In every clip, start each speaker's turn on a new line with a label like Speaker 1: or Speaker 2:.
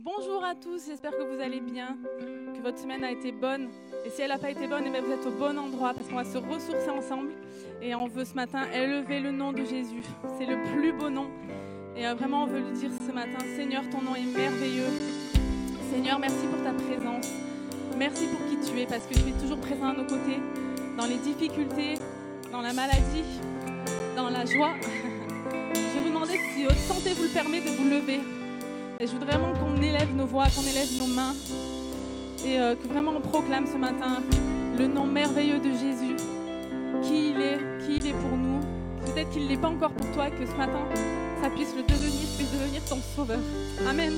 Speaker 1: Bonjour à tous, j'espère que vous allez bien, que votre semaine a été bonne. Et si elle n'a pas été bonne, vous êtes au bon endroit parce qu'on va se ressourcer ensemble. Et on veut ce matin élever le nom de Jésus. C'est le plus beau nom. Et vraiment, on veut lui dire ce matin, Seigneur, ton nom est merveilleux. Seigneur, merci pour ta présence. Merci pour qui tu es parce que tu es toujours présent à nos côtés, dans les difficultés, dans la maladie, dans la joie. Je vais vous demander si votre santé vous le permet de vous lever. Et je voudrais vraiment qu'on élève nos voix, qu'on élève nos mains et que vraiment on proclame ce matin le nom merveilleux de Jésus, qui il est pour nous. Peut-être qu'il ne l'est pas encore pour toi et que ce matin, ça puisse devenir ton sauveur. Amen.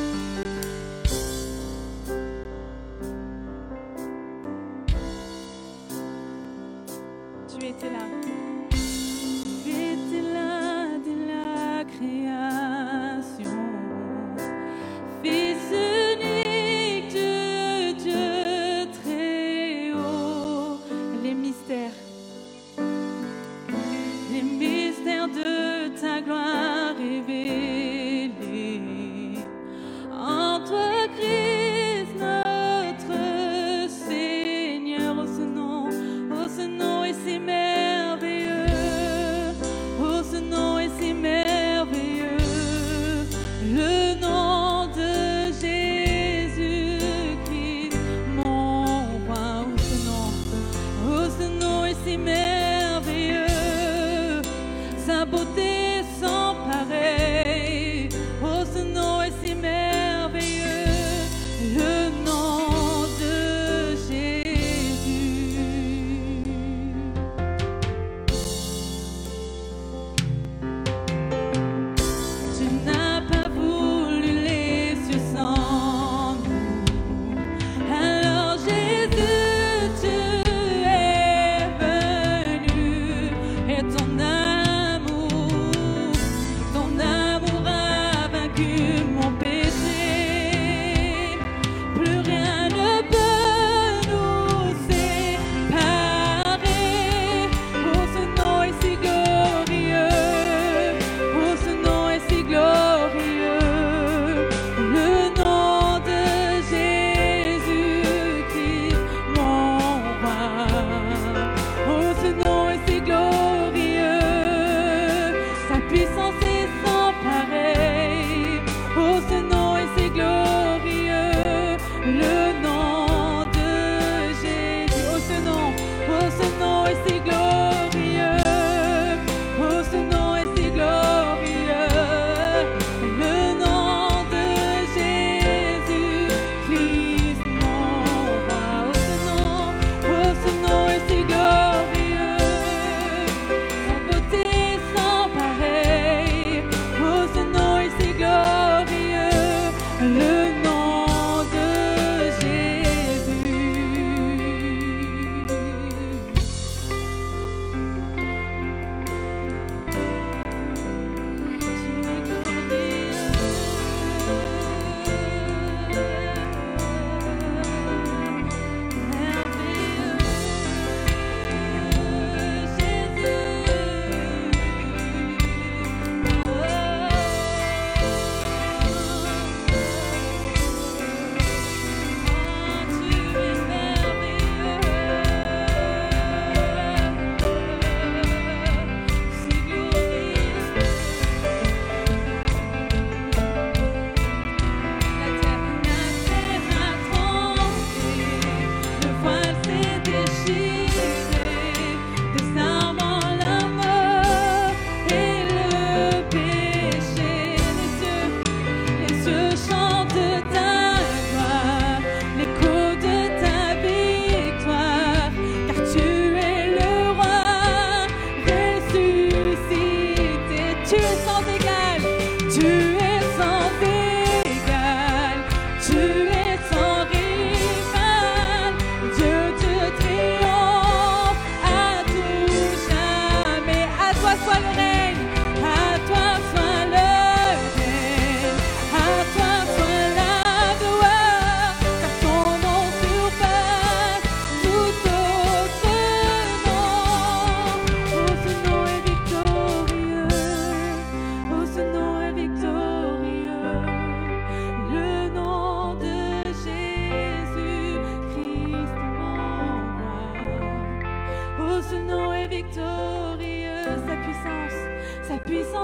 Speaker 1: Tu étais là. Tu étais là dès la création. Fils unique de Dieu très haut, les mystères de ta gloire révélée. En toi, Christ, notre Seigneur, oh ce nom est si merveilleux.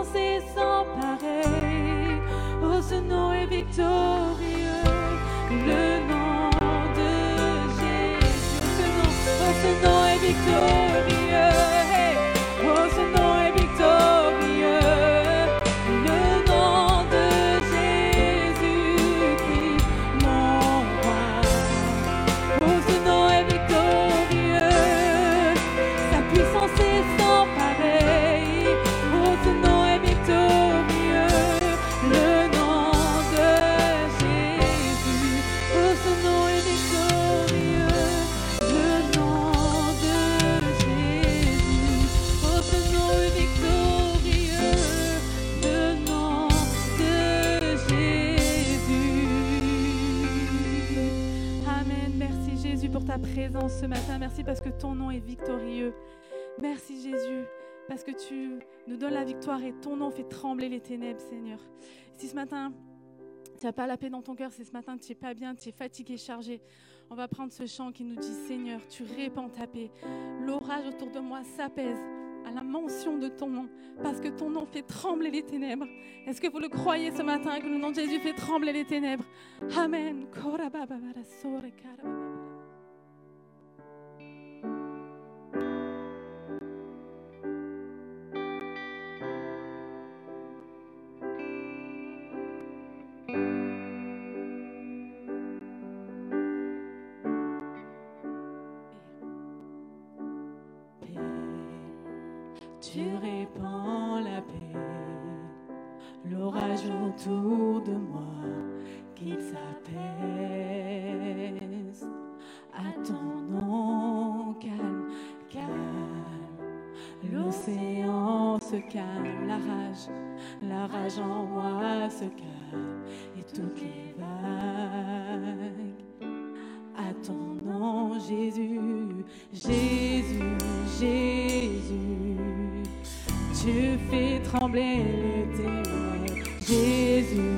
Speaker 1: et sans pareil. Oh, ce nom est victorieux, le nom de Jésus. Ce nom est victorieux. Hey. Oh, ce nom est victorieux, le nom de Jésus-Christ, mon roi. Oh, ce nom est victorieux, sa puissance est sans pareil. Oh, ce nom est victorieux, le nom de Jésus. Oh, ce nom est victorieux, le nom de Jésus. Oh, ce nom est victorieux, le nom de Jésus. Amen. Merci Jésus pour ta présence ce matin. Merci parce que ton nom est victorieux. Merci Jésus parce que tu nous donnes la victoire et ton nom fait trembler les ténèbres, Seigneur. Si ce matin tu n'as pas la paix dans ton cœur, si ce matin tu n'es pas bien, tu es fatigué, chargé, on va prendre ce chant qui nous dit Seigneur, tu répands ta paix. L'orage autour de moi s'apaise à la mention de ton nom, parce que ton nom fait trembler les ténèbres. Est-ce que vous le croyez ce matin, que le nom de Jésus fait trembler les ténèbres? Amen. Tu répands la paix, l'orage autour de moi, qu'il s'apaise. À ton nom, calme, calme, l'océan se calme, la rage en moi se calme, et toutes les vagues. À ton nom, Jésus, Jésus, Jésus, tu fais trembler les ténèbres. Jésus,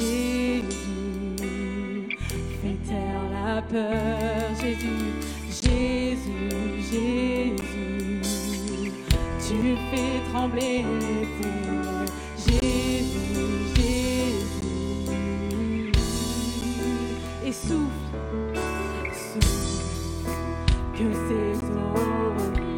Speaker 1: Jésus, fais taire la peur. Jésus, Jésus, Jésus, tu fais trembler les ténèbres. Jésus, Jésus, et souffle. Que ces eaux,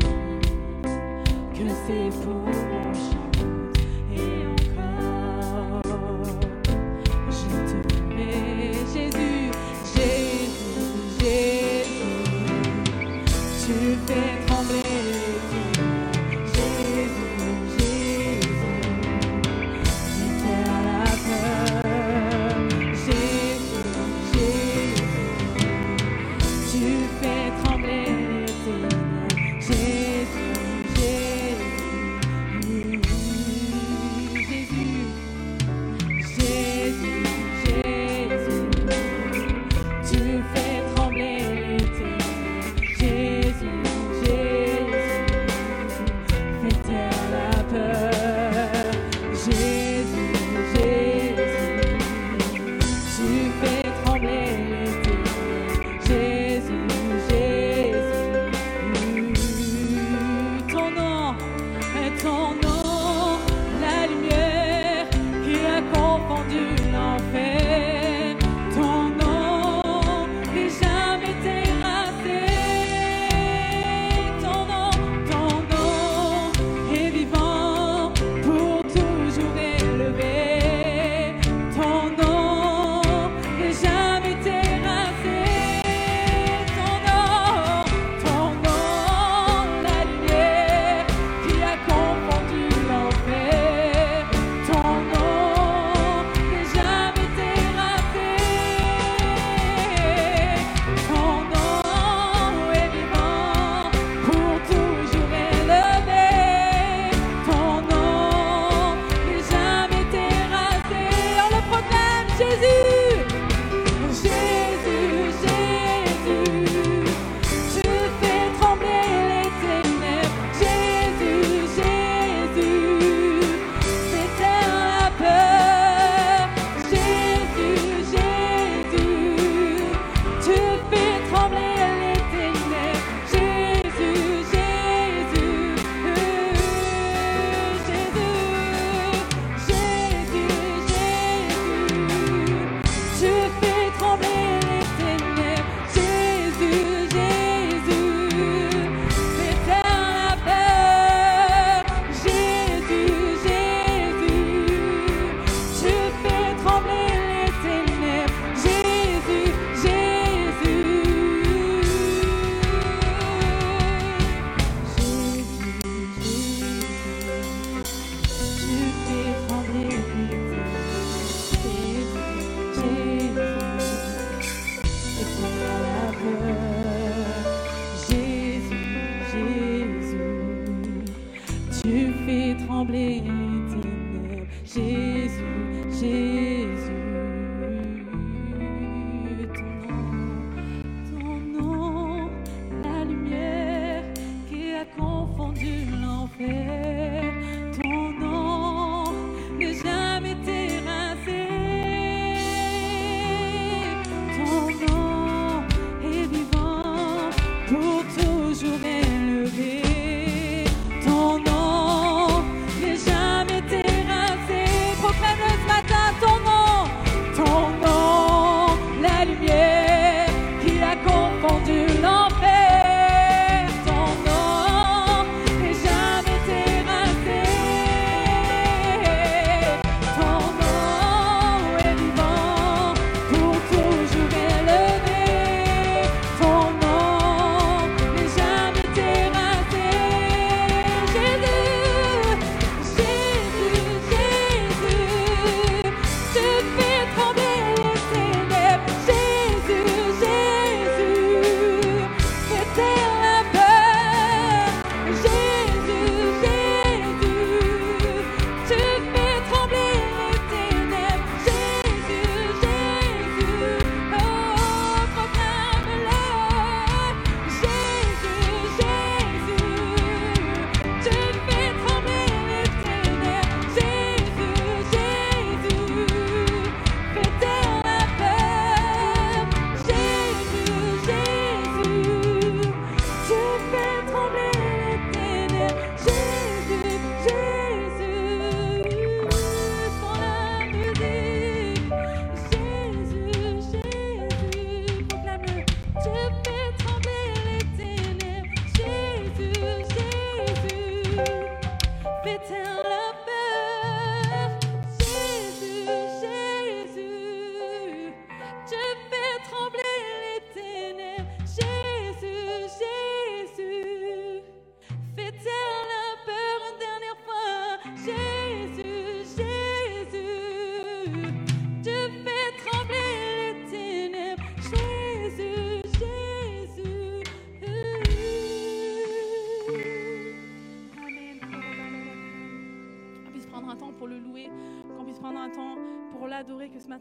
Speaker 1: que ces poumons chantent, et encore, je te mets, Jésus, Jésus, Jésus, tu fais trembler les ténèbres. Jésus, Jésus, libère la peur. Jésus, Jésus, tu fais trembler les ténèbres.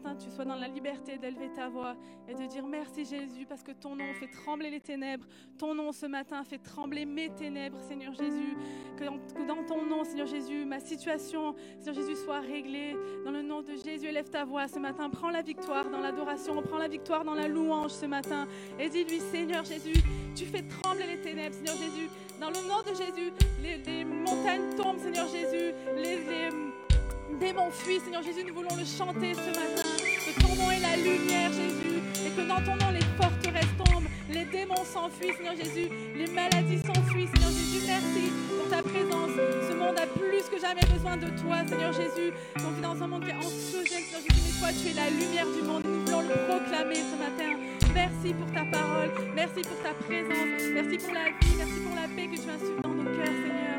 Speaker 1: matin, tu sois dans la liberté d'élever ta voix et de dire merci Jésus, parce que ton nom fait trembler les ténèbres. Ton nom ce matin fait trembler mes ténèbres, Seigneur Jésus. Que dans ton nom, Seigneur Jésus, ma situation, Seigneur Jésus, soit réglée. Dans le nom de Jésus, élève ta voix ce matin. Prends la victoire dans l'adoration, prends la victoire dans la louange ce matin. Et dis-lui, Seigneur Jésus, tu fais trembler les ténèbres, Seigneur Jésus. Dans le nom de Jésus, les montagnes tombent, Seigneur Jésus. Les démons fuient, Seigneur Jésus. Nous voulons le chanter ce matin. Que ton nom est la lumière, Jésus. Et que dans ton nom, les forteresses tombent. Les démons s'enfuient, Seigneur Jésus. Les maladies s'enfuient, Seigneur Jésus. Merci pour ta présence. Ce monde a plus que jamais besoin de toi, Seigneur Jésus. On vit dans un monde qui est anxiogène, Seigneur Jésus. Mais toi, tu es la lumière du monde. Nous voulons le proclamer ce matin. Merci pour ta parole. Merci pour ta présence. Merci pour la vie. Merci pour la paix que tu insuffles dans nos cœurs, Seigneur.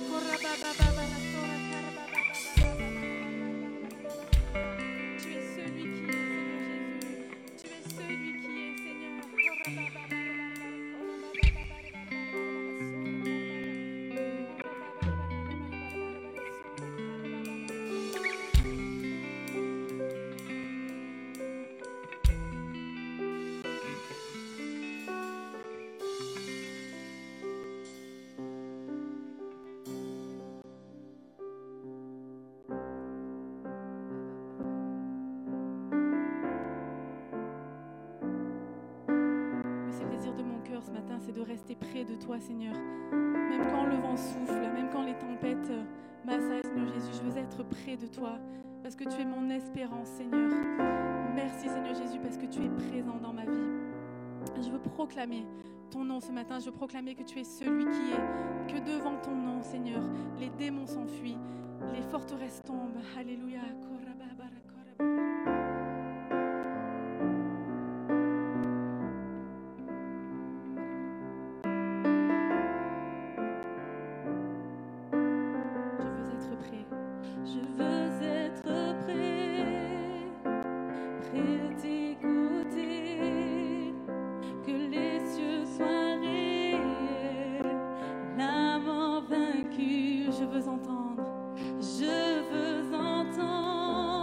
Speaker 1: Tu es celui qui est, Seigneur Jésus. Tu es celui qui est, Seigneur. Ce matin, c'est de rester près de toi, Seigneur. Même quand le vent souffle, même quand les tempêtes m'assaillent, Seigneur Jésus, je veux être près de toi parce que tu es mon espérance, Seigneur. Merci, Seigneur Jésus, parce que tu es présent dans ma vie. Je veux proclamer ton nom ce matin. Je veux proclamer que tu es celui qui est, que devant ton nom, Seigneur, les démons s'enfuient, les forteresses tombent. Alléluia.
Speaker 2: Je veux entendre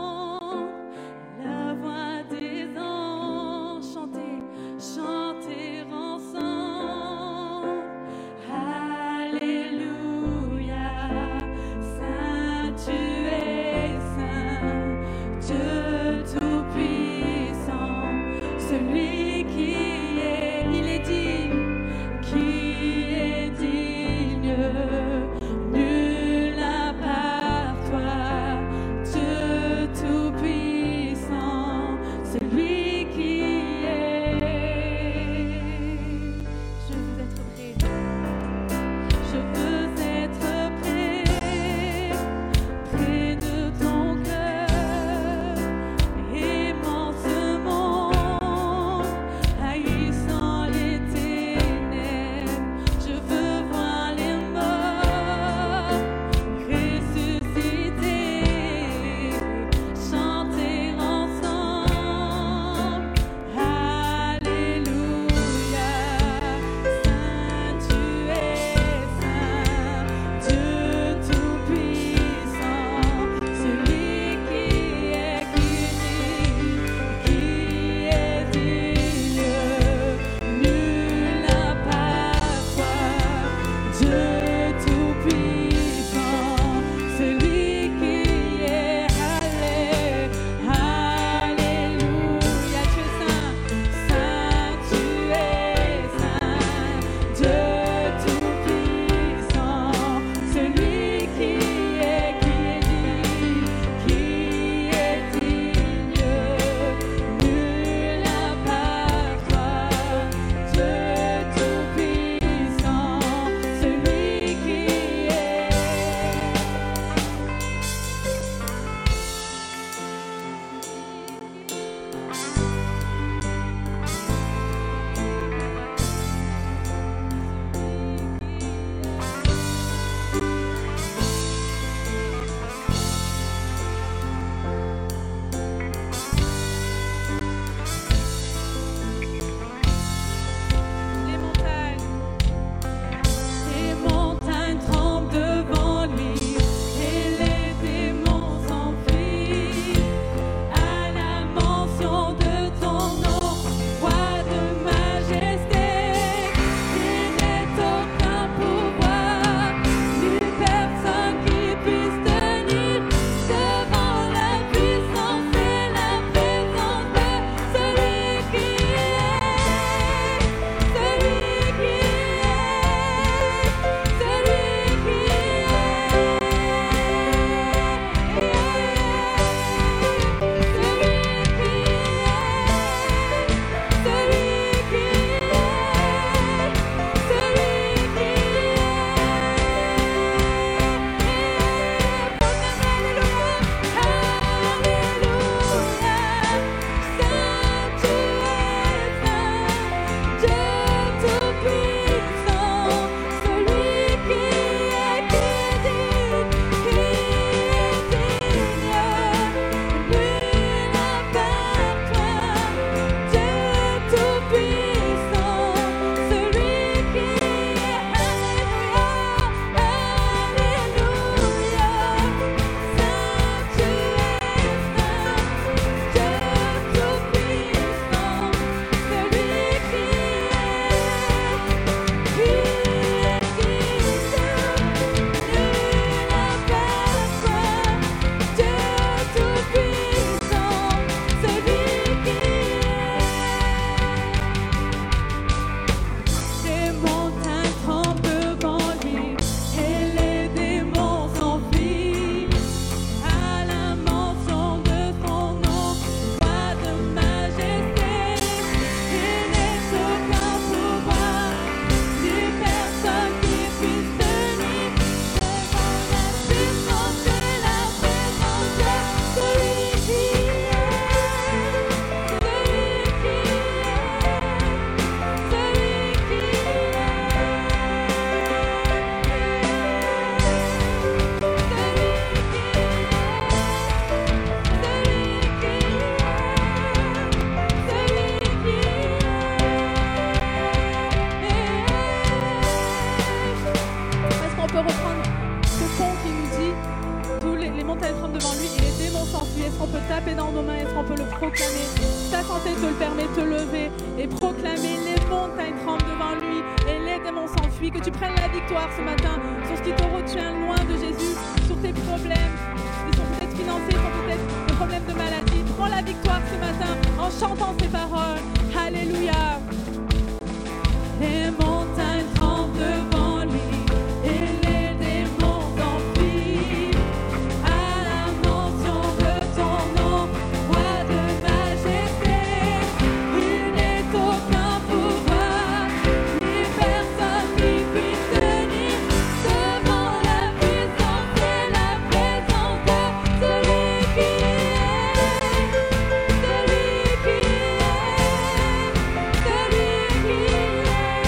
Speaker 1: devant lui et les démons s'enfuient. Que tu prennes la victoire ce matin sur ce qui te retient loin de Jésus, sur tes problèmes, qui sont peut-être financiers, sont peut-être des problèmes de maladie. Prends la victoire ce matin en chantant ces paroles. Alléluia. Les montagnes tremblent devant lui et les démons s'enfuient. À la mention de ton nom, roi de majesté, il n'est aucun pouvoir, ni personne qui puisse tenir devant la puissance et la présence de celui qui est, celui qui est, celui qui est.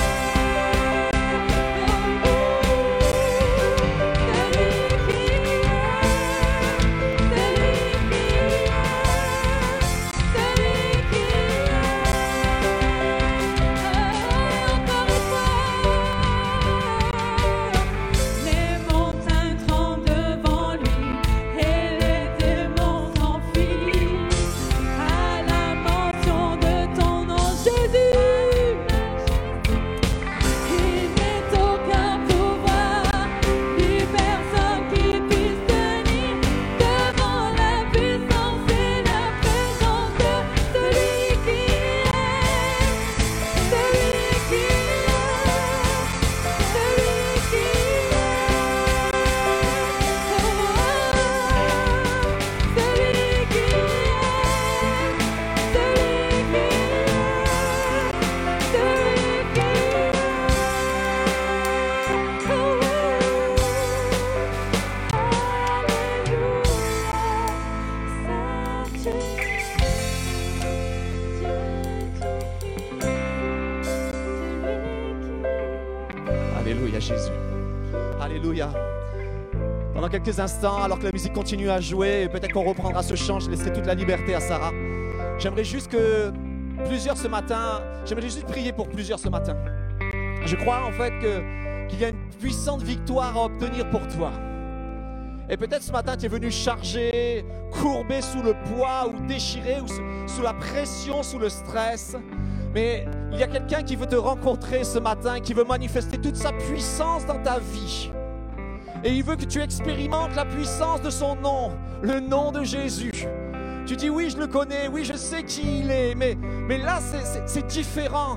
Speaker 2: Alléluia Jésus. Alléluia. Pendant quelques instants, alors que la musique continue à jouer, et peut-être qu'on reprendra ce chant, je laisserai toute la liberté à Sarah. J'aimerais juste que plusieurs ce matin, j'aimerais juste prier pour plusieurs ce matin. Je crois en fait qu'il y a une puissante victoire à obtenir pour toi. Et peut-être ce matin tu es venu chargé, courbé sous le poids ou déchiré ou sous la pression, sous le stress. Mais il y a quelqu'un qui veut te rencontrer ce matin, qui veut manifester toute sa puissance dans ta vie. Et il veut que tu expérimentes la puissance de son nom, le nom de Jésus. Tu dis oui, je le connais, oui, je sais qui il est, mais là c'est différent.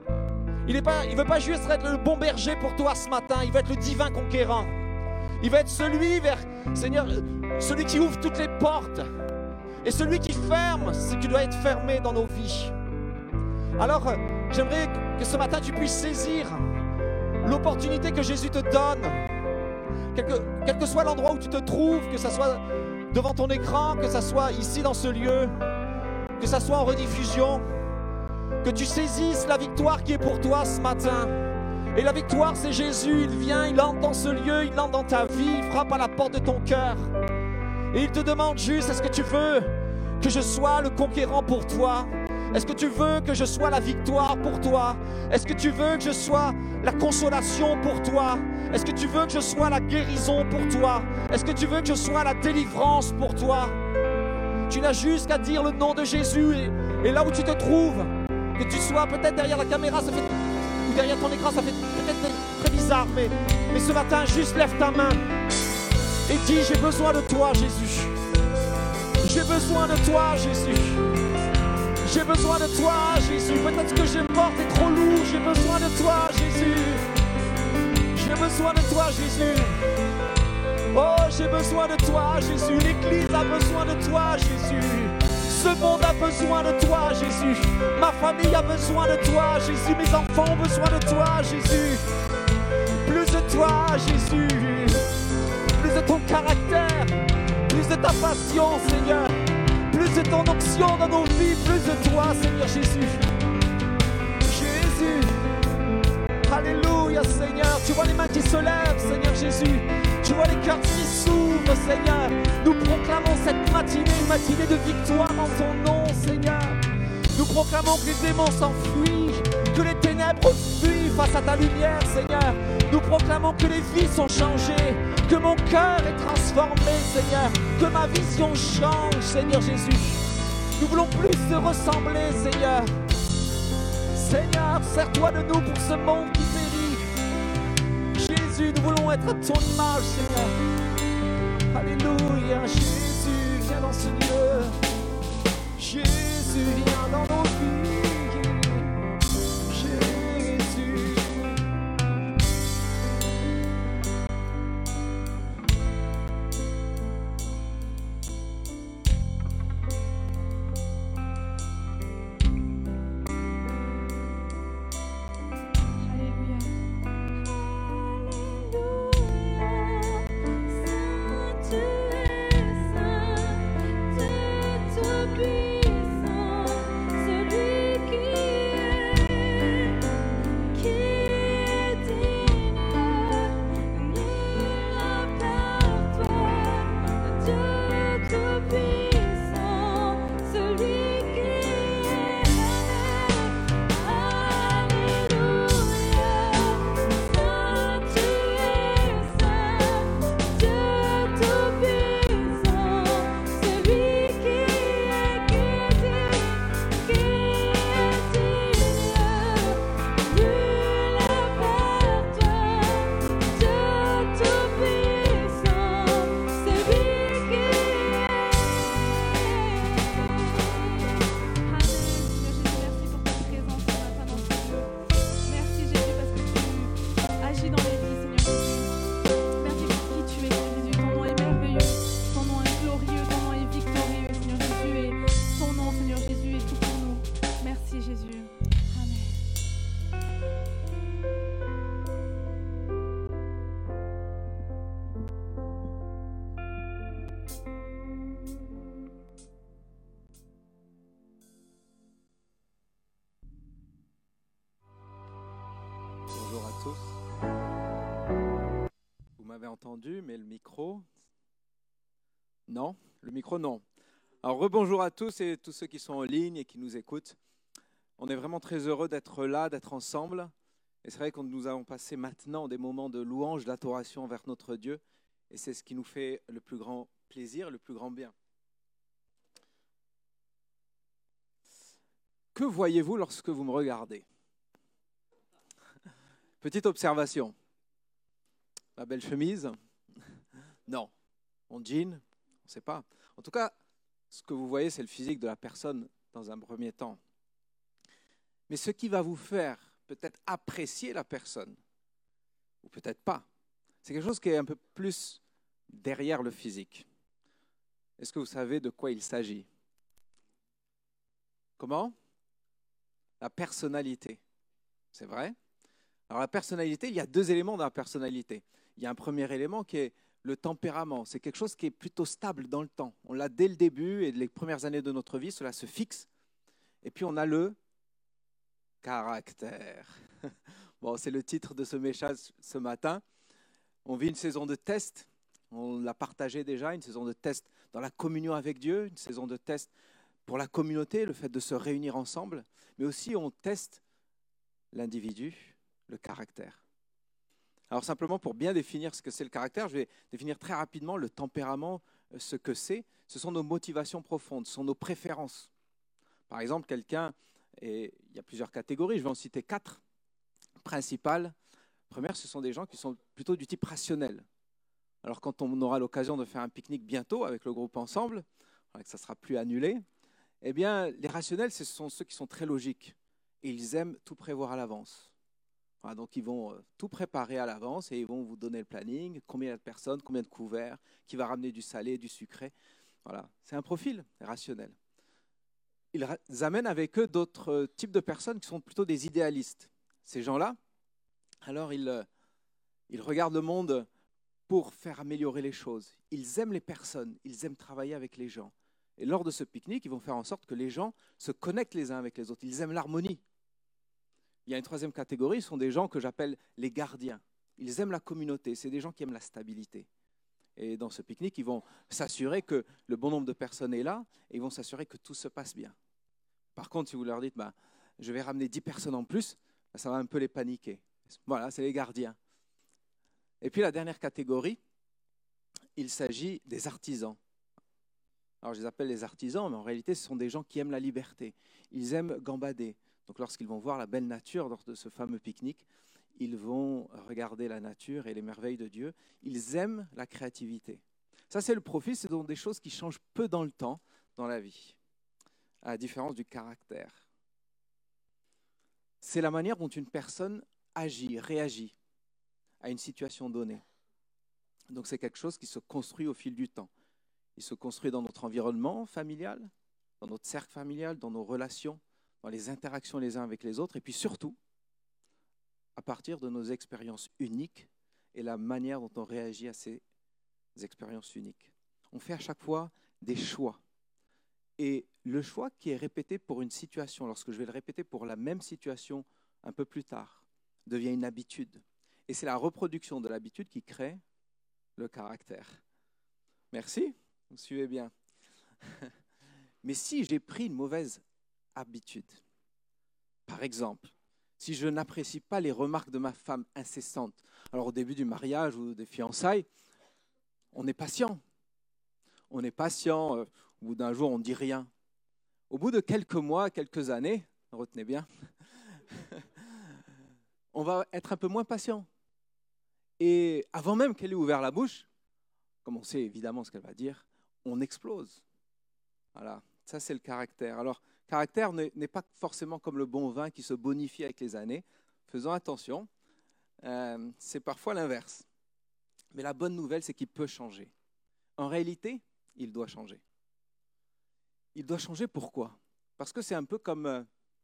Speaker 2: Il ne veut pas juste être le bon berger pour toi ce matin, il veut être le divin conquérant. Il va être celui Seigneur, celui qui ouvre toutes les portes et celui qui ferme ce qui doit être fermé dans nos vies. Alors, j'aimerais que ce matin tu puisses saisir l'opportunité que Jésus te donne, quel que soit l'endroit où tu te trouves, que ce soit devant ton écran, que ce soit ici dans ce lieu, que ce soit en rediffusion, que tu saisisses la victoire qui est pour toi ce matin. Et la victoire, c'est Jésus. Il vient, il entre dans ce lieu, il entre dans ta vie, il frappe à la porte de ton cœur. Et il te demande juste, est-ce que tu veux que je sois le conquérant pour toi? Est-ce que tu veux que je sois la victoire pour toi? Est-ce que tu veux que je sois la consolation pour toi? Est-ce que tu veux que je sois la guérison pour toi? Est-ce que tu veux que je sois la délivrance pour toi? Tu n'as juste qu'à dire le nom de Jésus. Et là où tu te trouves, que tu sois peut-être derrière la caméra, ça fait, ou derrière ton écran, ça fait peut-être très bizarre, mais ce matin, juste lève ta main et dis, j'ai besoin de toi, Jésus. J'ai besoin de toi, Jésus. J'ai besoin de toi, Jésus. Peut-être que j'ai porte est trop lourd. J'ai besoin de toi, Jésus. J'ai besoin de toi, Jésus. Oh, j'ai besoin de toi, Jésus. L'Église a besoin de toi, Jésus. Ce monde a besoin de toi, Jésus. Ma famille a besoin de toi, Jésus. Mes enfants ont besoin de toi, Jésus. Plus de toi, Jésus. Plus de ton caractère. Plus de ta passion, Seigneur. Plus de ton onction dans nos vies, plus de toi, Seigneur Jésus. Jésus. Alléluia, Seigneur. Tu vois les mains qui se lèvent, Seigneur Jésus. Tu vois les cœurs qui s'ouvrent, Seigneur. Nous proclamons cette matinée, une matinée de victoire en ton nom, Seigneur. Nous proclamons que les démons s'enfuient, que les ténèbres fuient face à ta lumière, Seigneur. Nous proclamons que les vies sont changées, que mon cœur est transformé, Seigneur, que ma vision change, Seigneur Jésus. Nous voulons plus te ressembler, Seigneur. Seigneur, Seigneur. Sers-toi de nous pour ce monde qui périt. Jésus, nous voulons être à ton image, Seigneur. Alléluia. Jésus, viens dans ce lieu. Jésus, viens dans nos vies. Jésus.
Speaker 3: Bonjour à tous. Vous m'avez entendu, mais le micro? Non, le micro non. Alors rebonjour à tous et tous ceux qui sont en ligne et qui nous écoutent. On est vraiment très heureux d'être là, d'être ensemble. Et c'est vrai que nous allons passer maintenant des moments de louange, d'adoration vers notre Dieu. Et c'est ce qui nous fait le plus grand plaisir, le plus grand bien. Que voyez-vous lorsque vous me regardez? Petite observation. Ma belle chemise? Non. Mon jean? On ne sait pas. En tout cas, ce que vous voyez, c'est le physique de la personne dans un premier temps. Mais ce qui va vous faire peut-être apprécier la personne, ou peut-être pas, c'est quelque chose qui est un peu plus derrière le physique. Est-ce que vous savez de quoi il s'agit? Comment? La personnalité. C'est vrai? Alors la personnalité, il y a deux éléments dans la personnalité. Il y a un premier élément qui est le tempérament. C'est quelque chose qui est plutôt stable dans le temps. On l'a dès le début et les premières années de notre vie, cela se fixe. Et puis on a le caractère. Bon, c'est le titre de ce message ce matin. On vit une saison de test. On l'a partagé déjà, une saison de test dans la communion avec Dieu, une saison de test pour la communauté, le fait de se réunir ensemble. Mais aussi on teste l'individu, le caractère. Alors simplement pour bien définir ce que c'est le caractère, je vais définir très rapidement le tempérament, ce que c'est. Ce sont nos motivations profondes, ce sont nos préférences. Par exemple, quelqu'un, et il y a plusieurs catégories, je vais en citer 4 principales. Première, ce sont des gens qui sont plutôt du type rationnel. Alors quand on aura l'occasion de faire un pique-nique bientôt avec le groupe ensemble, que ça ne sera plus annulé, eh bien les rationnels, ce sont ceux qui sont très logiques. Et ils aiment tout prévoir à l'avance. Voilà, donc ils vont tout préparer à l'avance et ils vont vous donner le planning, combien de personnes, combien de couverts, qui va ramener du salé, du sucré. Voilà, c'est un profil rationnel. Ils amènent avec eux d'autres types de personnes qui sont plutôt des idéalistes. Ces gens-là, alors ils regardent le monde pour faire améliorer les choses. Ils aiment les personnes, ils aiment travailler avec les gens. Et lors de ce pique-nique, ils vont faire en sorte que les gens se connectent les uns avec les autres. Ils aiment l'harmonie. Il y a une troisième catégorie, ce sont des gens que j'appelle les gardiens. Ils aiment la communauté, c'est des gens qui aiment la stabilité. Et dans ce pique-nique, ils vont s'assurer que le bon nombre de personnes est là et ils vont s'assurer que tout se passe bien. Par contre, si vous leur dites je vais ramener 10 personnes en plus, ça va un peu les paniquer. Voilà, c'est les gardiens. Et puis la dernière catégorie, il s'agit des artisans. Alors je les appelle les artisans, mais en réalité, ce sont des gens qui aiment la liberté. Ils aiment gambader. Donc lorsqu'ils vont voir la belle nature lors de ce fameux pique-nique, ils vont regarder la nature et les merveilles de Dieu. Ils aiment la créativité. Ça, c'est le profil, ce sont des choses qui changent peu dans le temps, dans la vie, à la différence du caractère. C'est la manière dont une personne agit, réagit à une situation donnée. Donc c'est quelque chose qui se construit au fil du temps. Il se construit dans notre environnement familial, dans notre cercle familial, dans nos relations, dans les interactions les uns avec les autres, et puis surtout, à partir de nos expériences uniques et la manière dont on réagit à ces expériences uniques. On fait à chaque fois des choix. Et le choix qui est répété pour une situation, lorsque je vais le répéter pour la même situation un peu plus tard, devient une habitude. Et c'est la reproduction de l'habitude qui crée le caractère. Merci, vous suivez bien. Mais si j'ai pris une mauvaise habitude, par exemple, si je n'apprécie pas les remarques de ma femme incessantes, alors au début du mariage ou des fiançailles, on est patient. On est patient, au bout d'un jour, on ne dit rien. Au bout de quelques mois, quelques années, retenez bien, on va être un peu moins patient. Et avant même qu'elle ait ouvert la bouche, comme on sait évidemment ce qu'elle va dire, on explose. Voilà, ça c'est le caractère. Alors, caractère n'est pas forcément comme le bon vin qui se bonifie avec les années. Faisons attention, c'est parfois l'inverse. Mais la bonne nouvelle, c'est qu'il peut changer. En réalité, il doit changer. Il doit changer pourquoi ? Parce que c'est un peu comme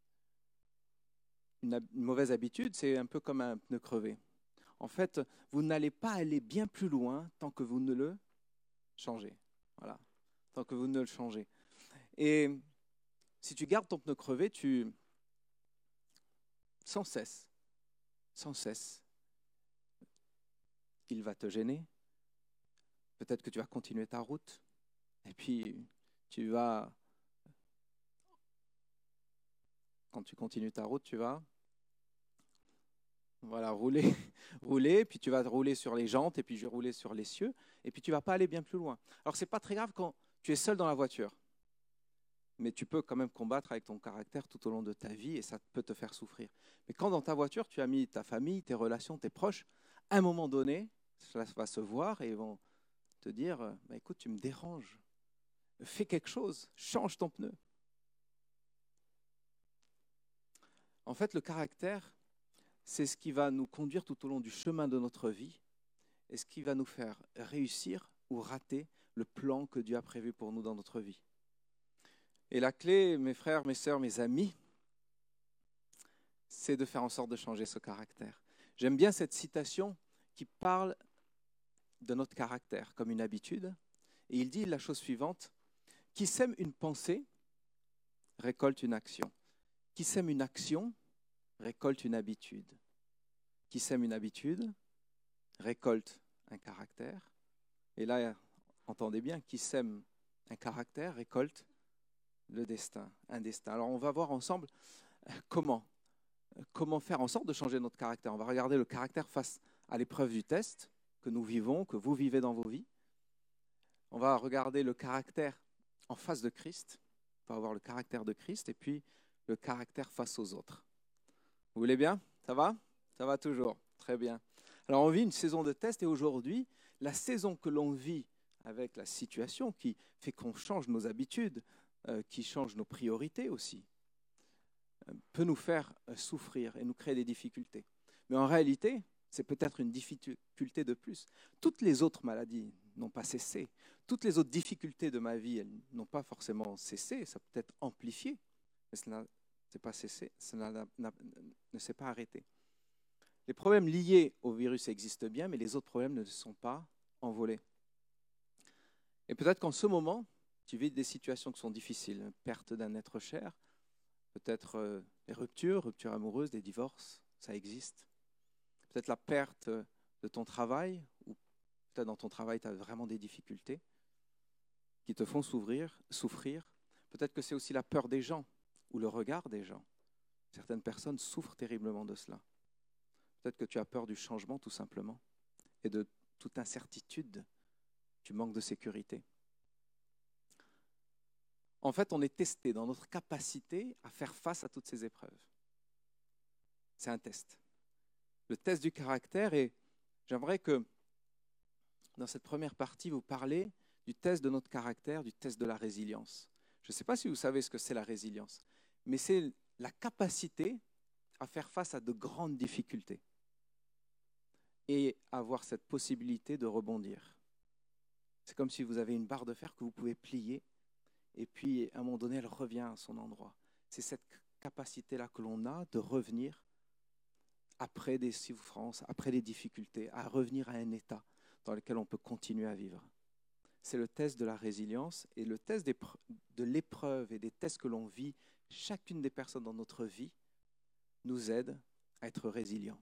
Speaker 3: une mauvaise habitude, c'est un peu comme un pneu crevé. En fait, vous n'allez pas aller bien plus loin tant que vous ne le changez. Voilà, tant que vous ne le changez. Et si tu gardes ton pneu crevé, sans cesse, il va te gêner. Peut-être que tu vas continuer ta route. Et puis, quand tu continues ta route, tu vas rouler, puis tu vas rouler sur les jantes, et puis je vais rouler sur les cieux, et puis tu ne vas pas aller bien plus loin. Alors, ce n'est pas très grave quand tu es seul dans la voiture, mais tu peux quand même combattre avec ton caractère tout au long de ta vie, et ça peut te faire souffrir. Mais quand dans ta voiture, tu as mis ta famille, tes relations, tes proches, à un moment donné, cela va se voir, et ils vont te dire, écoute, tu me déranges, fais quelque chose, change ton pneu. En fait, le caractère, c'est ce qui va nous conduire tout au long du chemin de notre vie et ce qui va nous faire réussir ou rater le plan que Dieu a prévu pour nous dans notre vie. Et la clé, mes frères, mes sœurs, mes amis, c'est de faire en sorte de changer ce caractère. J'aime bien cette citation qui parle de notre caractère comme une habitude. Et il dit la chose suivante, « Qui sème une pensée, récolte une action. Qui sème une action, récolte une habitude. Qui sème une habitude, récolte un caractère. » Et là, entendez bien, qui sème un caractère, récolte le destin, un destin. Alors on va voir ensemble comment faire en sorte de changer notre caractère. On va regarder le caractère face à l'épreuve du test que nous vivons, que vous vivez dans vos vies. On va regarder le caractère en face de Christ. On va avoir le caractère de Christ et puis le caractère face aux autres. Vous voulez bien ? Ça va ? Ça va toujours. Très bien. Alors on vit une saison de test et aujourd'hui, la saison que l'on vit avec la situation qui fait qu'on change nos habitudes, qui change nos priorités aussi, peut nous faire souffrir et nous créer des difficultés. Mais en réalité, c'est peut-être une difficulté de plus. Toutes les autres maladies n'ont pas cessé. Toutes les autres difficultés de ma vie, elles n'ont pas forcément cessé. Ça peut être amplifié, mais cela n'a pas cessé, cela ne s'est pas arrêté. Les problèmes liés au virus existent bien, mais les autres problèmes ne sont pas envolés. Et peut-être qu'en ce moment, tu vis des situations qui sont difficiles. Perte d'un être cher, peut-être des ruptures amoureuses, des divorces, ça existe. Peut-être la perte de ton travail, ou peut-être dans ton travail, tu as vraiment des difficultés qui te font souffrir. Peut-être que c'est aussi la peur des gens ou le regard des gens. Certaines personnes souffrent terriblement de cela. Peut-être que tu as peur du changement tout simplement et de toute incertitude. Tu manques de sécurité. En fait, on est testé dans notre capacité à faire face à toutes ces épreuves. C'est un test. Le test du caractère, et j'aimerais que dans cette première partie, vous parlez du test de notre caractère, du test de la résilience. Je ne sais pas si vous savez ce que c'est la résilience, mais c'est la capacité à faire face à de grandes difficultés et avoir cette possibilité de rebondir. C'est comme si vous avez une barre de fer que vous pouvez plier et puis à un moment donné, elle revient à son endroit. C'est cette capacité-là que l'on a de revenir après des souffrances, après des difficultés, à revenir à un état dans lequel on peut continuer à vivre. C'est le test de la résilience et le test de l'épreuve et des tests que l'on vit, chacune des personnes dans notre vie nous aide à être résilients.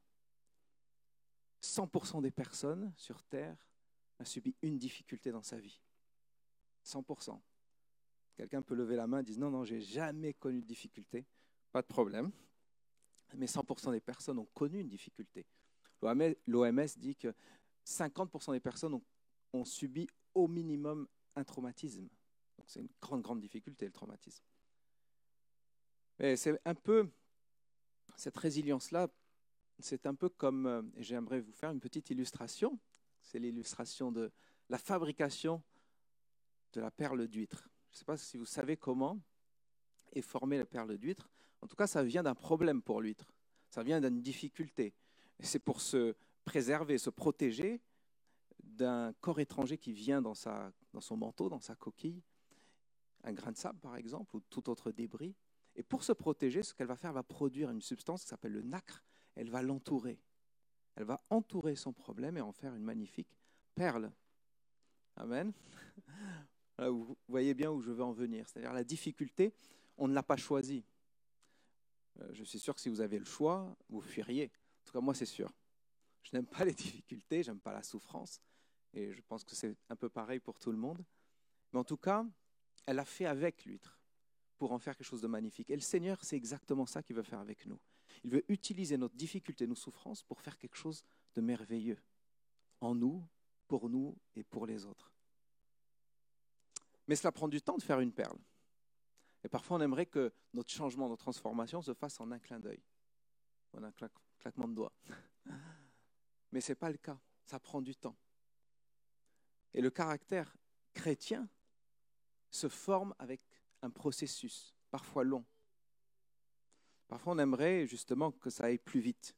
Speaker 3: 100% des personnes sur Terre a subi une difficulté dans sa vie. 100%. Quelqu'un peut lever la main et dire non, j'ai jamais connu de difficulté. Pas de problème. Mais 100% des personnes ont connu une difficulté. L'OMS dit que 50% des personnes ont subi au minimum un traumatisme. Donc c'est une grande difficulté, le traumatisme. Mais c'est un peu, cette résilience-là, c'est un peu comme, et j'aimerais vous faire une petite illustration, c'est l'illustration de la fabrication de la perle d'huître. Je ne sais pas si vous savez comment est formée la perle d'huître. En tout cas, ça vient d'un problème pour l'huître. Ça vient d'une difficulté. Et c'est pour se préserver, se protéger d'un corps étranger qui vient dans son manteau, dans sa coquille, un grain de sable par exemple, ou tout autre débris. Et pour se protéger, ce qu'elle va faire, elle va produire une substance qui s'appelle le nacre. Elle va l'entourer. Elle va entourer son problème et en faire une magnifique perle. Amen. Voilà, vous voyez bien où je veux en venir. C'est-à-dire la difficulté, on ne l'a pas choisie. Je suis sûr que si vous avez le choix, vous fuiriez. En tout cas, moi, c'est sûr. Je n'aime pas les difficultés, je n'aime pas la souffrance. Et je pense que c'est un peu pareil pour tout le monde. Mais en tout cas, elle a fait avec l'huître pour en faire quelque chose de magnifique. Et le Seigneur, c'est exactement ça qu'il veut faire avec nous. Il veut utiliser notre difficulté, nos souffrances pour faire quelque chose de merveilleux en nous et pour les autres. Mais cela prend du temps de faire une perle. Et parfois, on aimerait que notre changement, notre transformation se fasse en un clin d'œil, en un claquement de doigts. Mais ce n'est pas le cas. Ça prend du temps. Et le caractère chrétien se forme avec un processus, parfois long. Parfois, on aimerait justement que ça aille plus vite.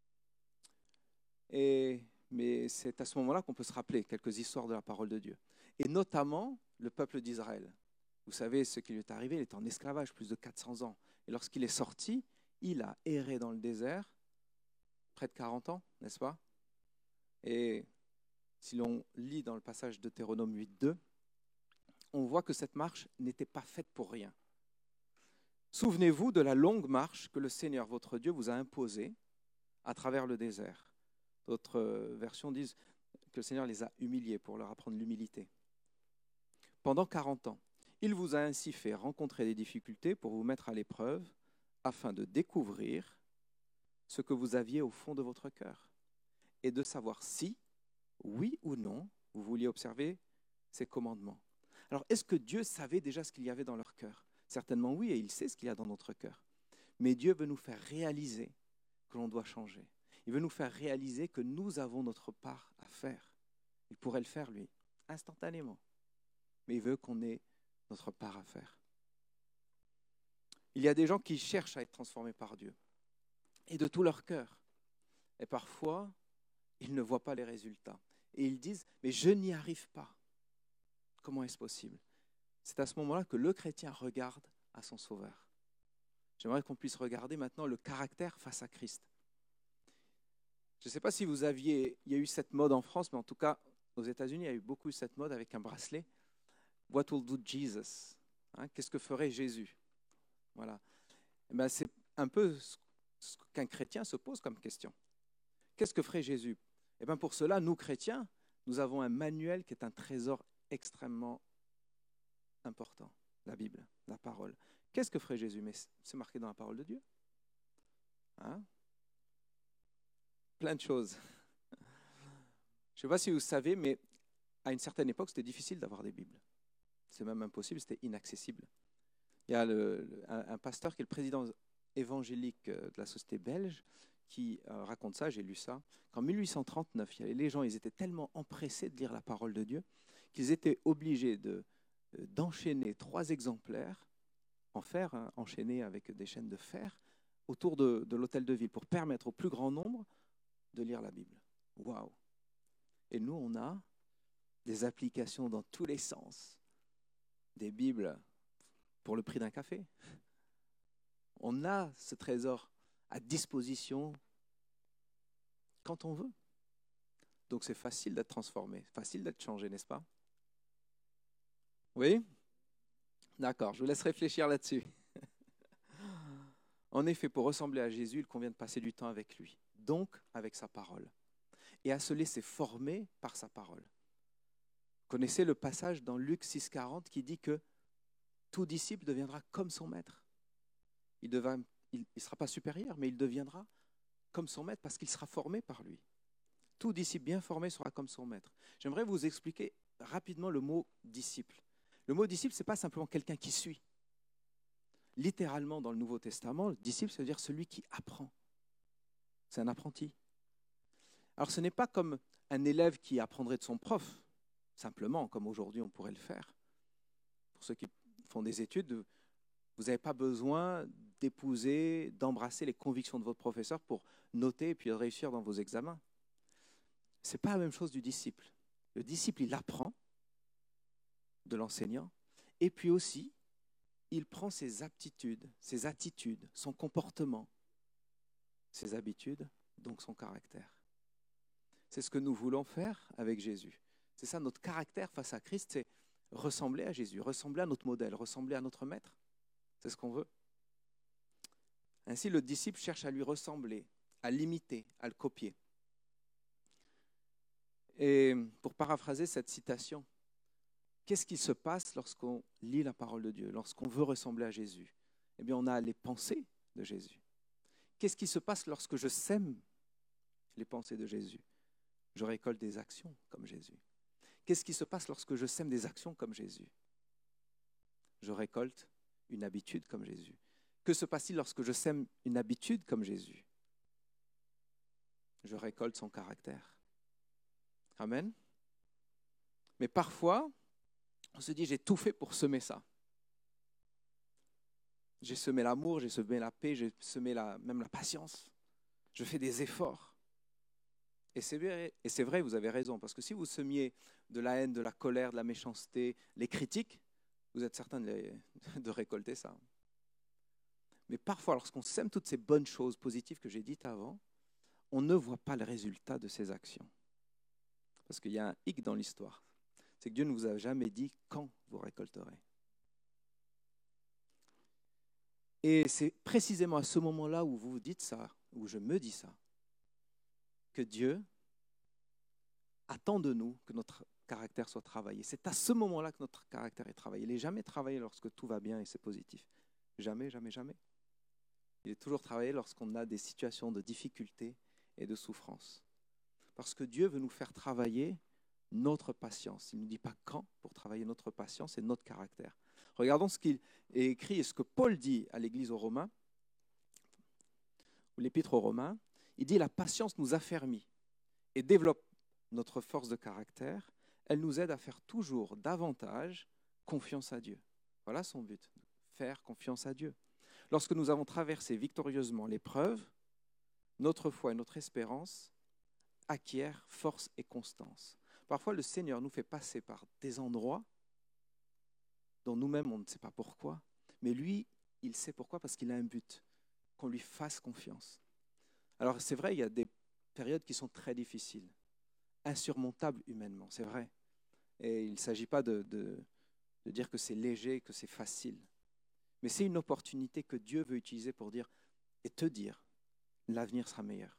Speaker 3: Mais c'est à ce moment-là qu'on peut se rappeler quelques histoires de la parole de Dieu. Et notamment le peuple d'Israël. Vous savez ce qui lui est arrivé, il était en esclavage plus de 400 ans. Et lorsqu'il est sorti, il a erré dans le désert, près de 40 ans, n'est-ce pas? Et si l'on lit dans le passage de Deutéronome 8.2, on voit que cette marche n'était pas faite pour rien. Souvenez-vous de la longue marche que le Seigneur, votre Dieu, vous a imposée à travers le désert. D'autres versions disent que le Seigneur les a humiliés pour leur apprendre l'humilité. Pendant 40 ans, il vous a ainsi fait rencontrer des difficultés pour vous mettre à l'épreuve afin de découvrir ce que vous aviez au fond de votre cœur et de savoir si, oui ou non, vous vouliez observer ces commandements. Alors, est-ce que Dieu savait déjà ce qu'il y avait dans leur cœur? Certainement oui, et il sait ce qu'il y a dans notre cœur. Mais Dieu veut nous faire réaliser que l'on doit changer. Il veut nous faire réaliser que nous avons notre part à faire. Il pourrait le faire, lui, instantanément. Mais il veut qu'on ait notre part à faire. Il y a des gens qui cherchent à être transformés par Dieu, et de tout leur cœur. Et parfois, ils ne voient pas les résultats. Et ils disent, mais je n'y arrive pas. Comment est-ce possible? C'est à ce moment-là que le chrétien regarde à son Sauveur. J'aimerais qu'on puisse regarder maintenant le caractère face à Christ. Je ne sais pas si il y a eu cette mode en France, mais en tout cas, aux États-Unis, il y a eu beaucoup cette mode avec un bracelet. What will do Jesus? Qu'est-ce que ferait Jésus? Voilà. Et ben, c'est un peu ce qu'un chrétien se pose comme question. Qu'est-ce que ferait Jésus? Et bien pour cela, nous chrétiens, nous avons un manuel qui est un trésor extrêmement important, la Bible, la parole. Qu'est-ce que ferait Jésus? Mais c'est marqué dans la parole de Dieu. Plein de choses. Je ne sais pas si vous savez, mais à une certaine époque, c'était difficile d'avoir des Bibles. C'est même impossible, c'était inaccessible. Il y a un pasteur qui est le président évangélique de la société belge qui raconte ça, j'ai lu ça, qu'en 1839, les gens ils étaient tellement empressés de lire la parole de Dieu qu'ils étaient obligés d'enchaîner 3 exemplaires en fer, hein, enchaînés avec des chaînes de fer, autour de l'hôtel de ville pour permettre au plus grand nombre de lire la Bible. Waouh! Et nous, on a des applications dans tous les sens, des Bibles pour le prix d'un café. On a ce trésor à disposition quand on veut. Donc c'est facile d'être transformé, facile d'être changé, n'est-ce pas? Oui? D'accord, je vous laisse réfléchir là-dessus. En effet, pour ressembler à Jésus, il convient de passer du temps avec lui, donc avec sa parole, et à se laisser former par sa parole. Vous connaissez le passage dans Luc 6,40 qui dit que tout disciple deviendra comme son maître. Il ne sera pas supérieur, mais il deviendra comme son maître parce qu'il sera formé par lui. Tout disciple bien formé sera comme son maître. J'aimerais vous expliquer rapidement le mot disciple. Le mot disciple, ce n'est pas simplement quelqu'un qui suit. Littéralement, dans le Nouveau Testament, le disciple, ça veut dire celui qui apprend. C'est un apprenti. Alors, ce n'est pas comme un élève qui apprendrait de son prof, simplement, comme aujourd'hui on pourrait le faire. Pour ceux qui font des études, vous n'avez pas besoin d'épouser, d'embrasser les convictions de votre professeur pour noter et puis réussir dans vos examens. Ce n'est pas la même chose du disciple. Le disciple, il apprend de l'enseignant et puis aussi, il prend ses aptitudes, ses attitudes, son comportement, ses habitudes, donc son caractère. C'est ce que nous voulons faire avec Jésus. C'est ça notre caractère face à Christ, c'est ressembler à Jésus, ressembler à notre modèle, ressembler à notre maître. C'est ce qu'on veut. Ainsi, le disciple cherche à lui ressembler, à l'imiter, à le copier. Et pour paraphraser cette citation, qu'est-ce qui se passe lorsqu'on lit la parole de Dieu, lorsqu'on veut ressembler à Jésus? Eh bien, on a les pensées de Jésus. Qu'est-ce qui se passe lorsque je sème les pensées de Jésus? Je récolte des actions comme Jésus. Qu'est-ce qui se passe lorsque je sème des actions comme Jésus? Je récolte une habitude comme Jésus. Que se passe-t-il lorsque je sème une habitude comme Jésus? Je récolte son caractère. Amen. Mais parfois, on se dit, j'ai tout fait pour semer ça. J'ai semé l'amour, j'ai semé la paix, j'ai semé même la patience. Je fais des efforts. Et c'est vrai, vous avez raison, parce que si vous semiez de la haine, de la colère, de la méchanceté, les critiques, vous êtes certain de récolter ça. Mais parfois, lorsqu'on sème toutes ces bonnes choses positives que j'ai dites avant, on ne voit pas le résultat de ces actions. Parce qu'il y a un hic dans l'histoire. C'est que Dieu ne vous a jamais dit quand vous récolterez. Et c'est précisément à ce moment-là où vous vous dites ça, où je me dis ça, que Dieu attend de nous que notre caractère soit travaillé. C'est à ce moment-là que notre caractère est travaillé. Il n'est jamais travaillé lorsque tout va bien et c'est positif. Jamais, jamais, jamais. Il est toujours travaillé lorsqu'on a des situations de difficulté et de souffrance. Parce que Dieu veut nous faire travailler notre patience. Il ne nous dit pas quand pour travailler notre patience et notre caractère. Regardons ce qu'il est écrit et ce que Paul dit à l'église aux Romains, ou l'épître aux Romains. Il dit « La patience nous affermit et développe notre force de caractère. Elle nous aide à faire toujours davantage confiance à Dieu. » Voilà son but, faire confiance à Dieu. Lorsque nous avons traversé victorieusement l'épreuve, notre foi et notre espérance acquièrent force et constance. Parfois, le Seigneur nous fait passer par des endroits dont nous-mêmes, on ne sait pas pourquoi, mais lui, il sait pourquoi, parce qu'il a un but, qu'on lui fasse confiance. Alors, c'est vrai, il y a des périodes qui sont très difficiles, insurmontables humainement, c'est vrai. Et il ne s'agit pas de dire que c'est léger, que c'est facile. Mais c'est une opportunité que Dieu veut utiliser pour dire et te dire, l'avenir sera meilleur.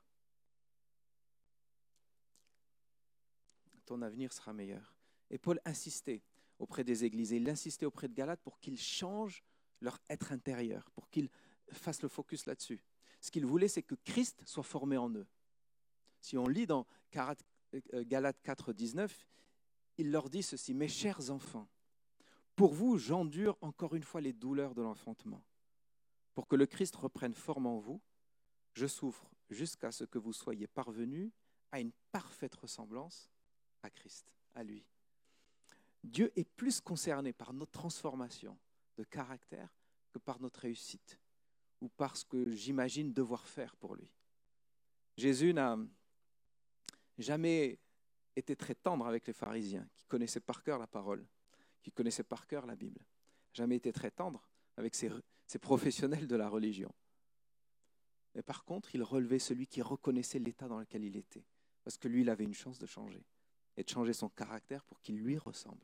Speaker 3: Ton avenir sera meilleur. Et Paul insistait auprès des églises, et il insistait auprès de Galates pour qu'ils changent leur être intérieur, pour qu'ils fassent le focus là-dessus. Ce qu'il voulait, c'est que Christ soit formé en eux. Si on lit dans Galates 4, 19, il leur dit ceci, « Mes chers enfants, pour vous, j'endure encore une fois les douleurs de l'enfantement, pour que le Christ reprenne forme en vous, je souffre jusqu'à ce que vous soyez parvenus à une parfaite ressemblance à Christ, à lui. Dieu est plus concerné par notre transformation de caractère que par notre réussite ou par ce que j'imagine devoir faire pour lui. Jésus n'a jamais été très tendre avec les pharisiens qui connaissaient par cœur la parole, qui connaissaient par cœur la Bible. Jamais été très tendre avec ces professionnels de la religion. Mais par contre, il relevait celui qui reconnaissait l'état dans lequel il était, parce que lui, il avait une chance de changer et de changer son caractère pour qu'il lui ressemble.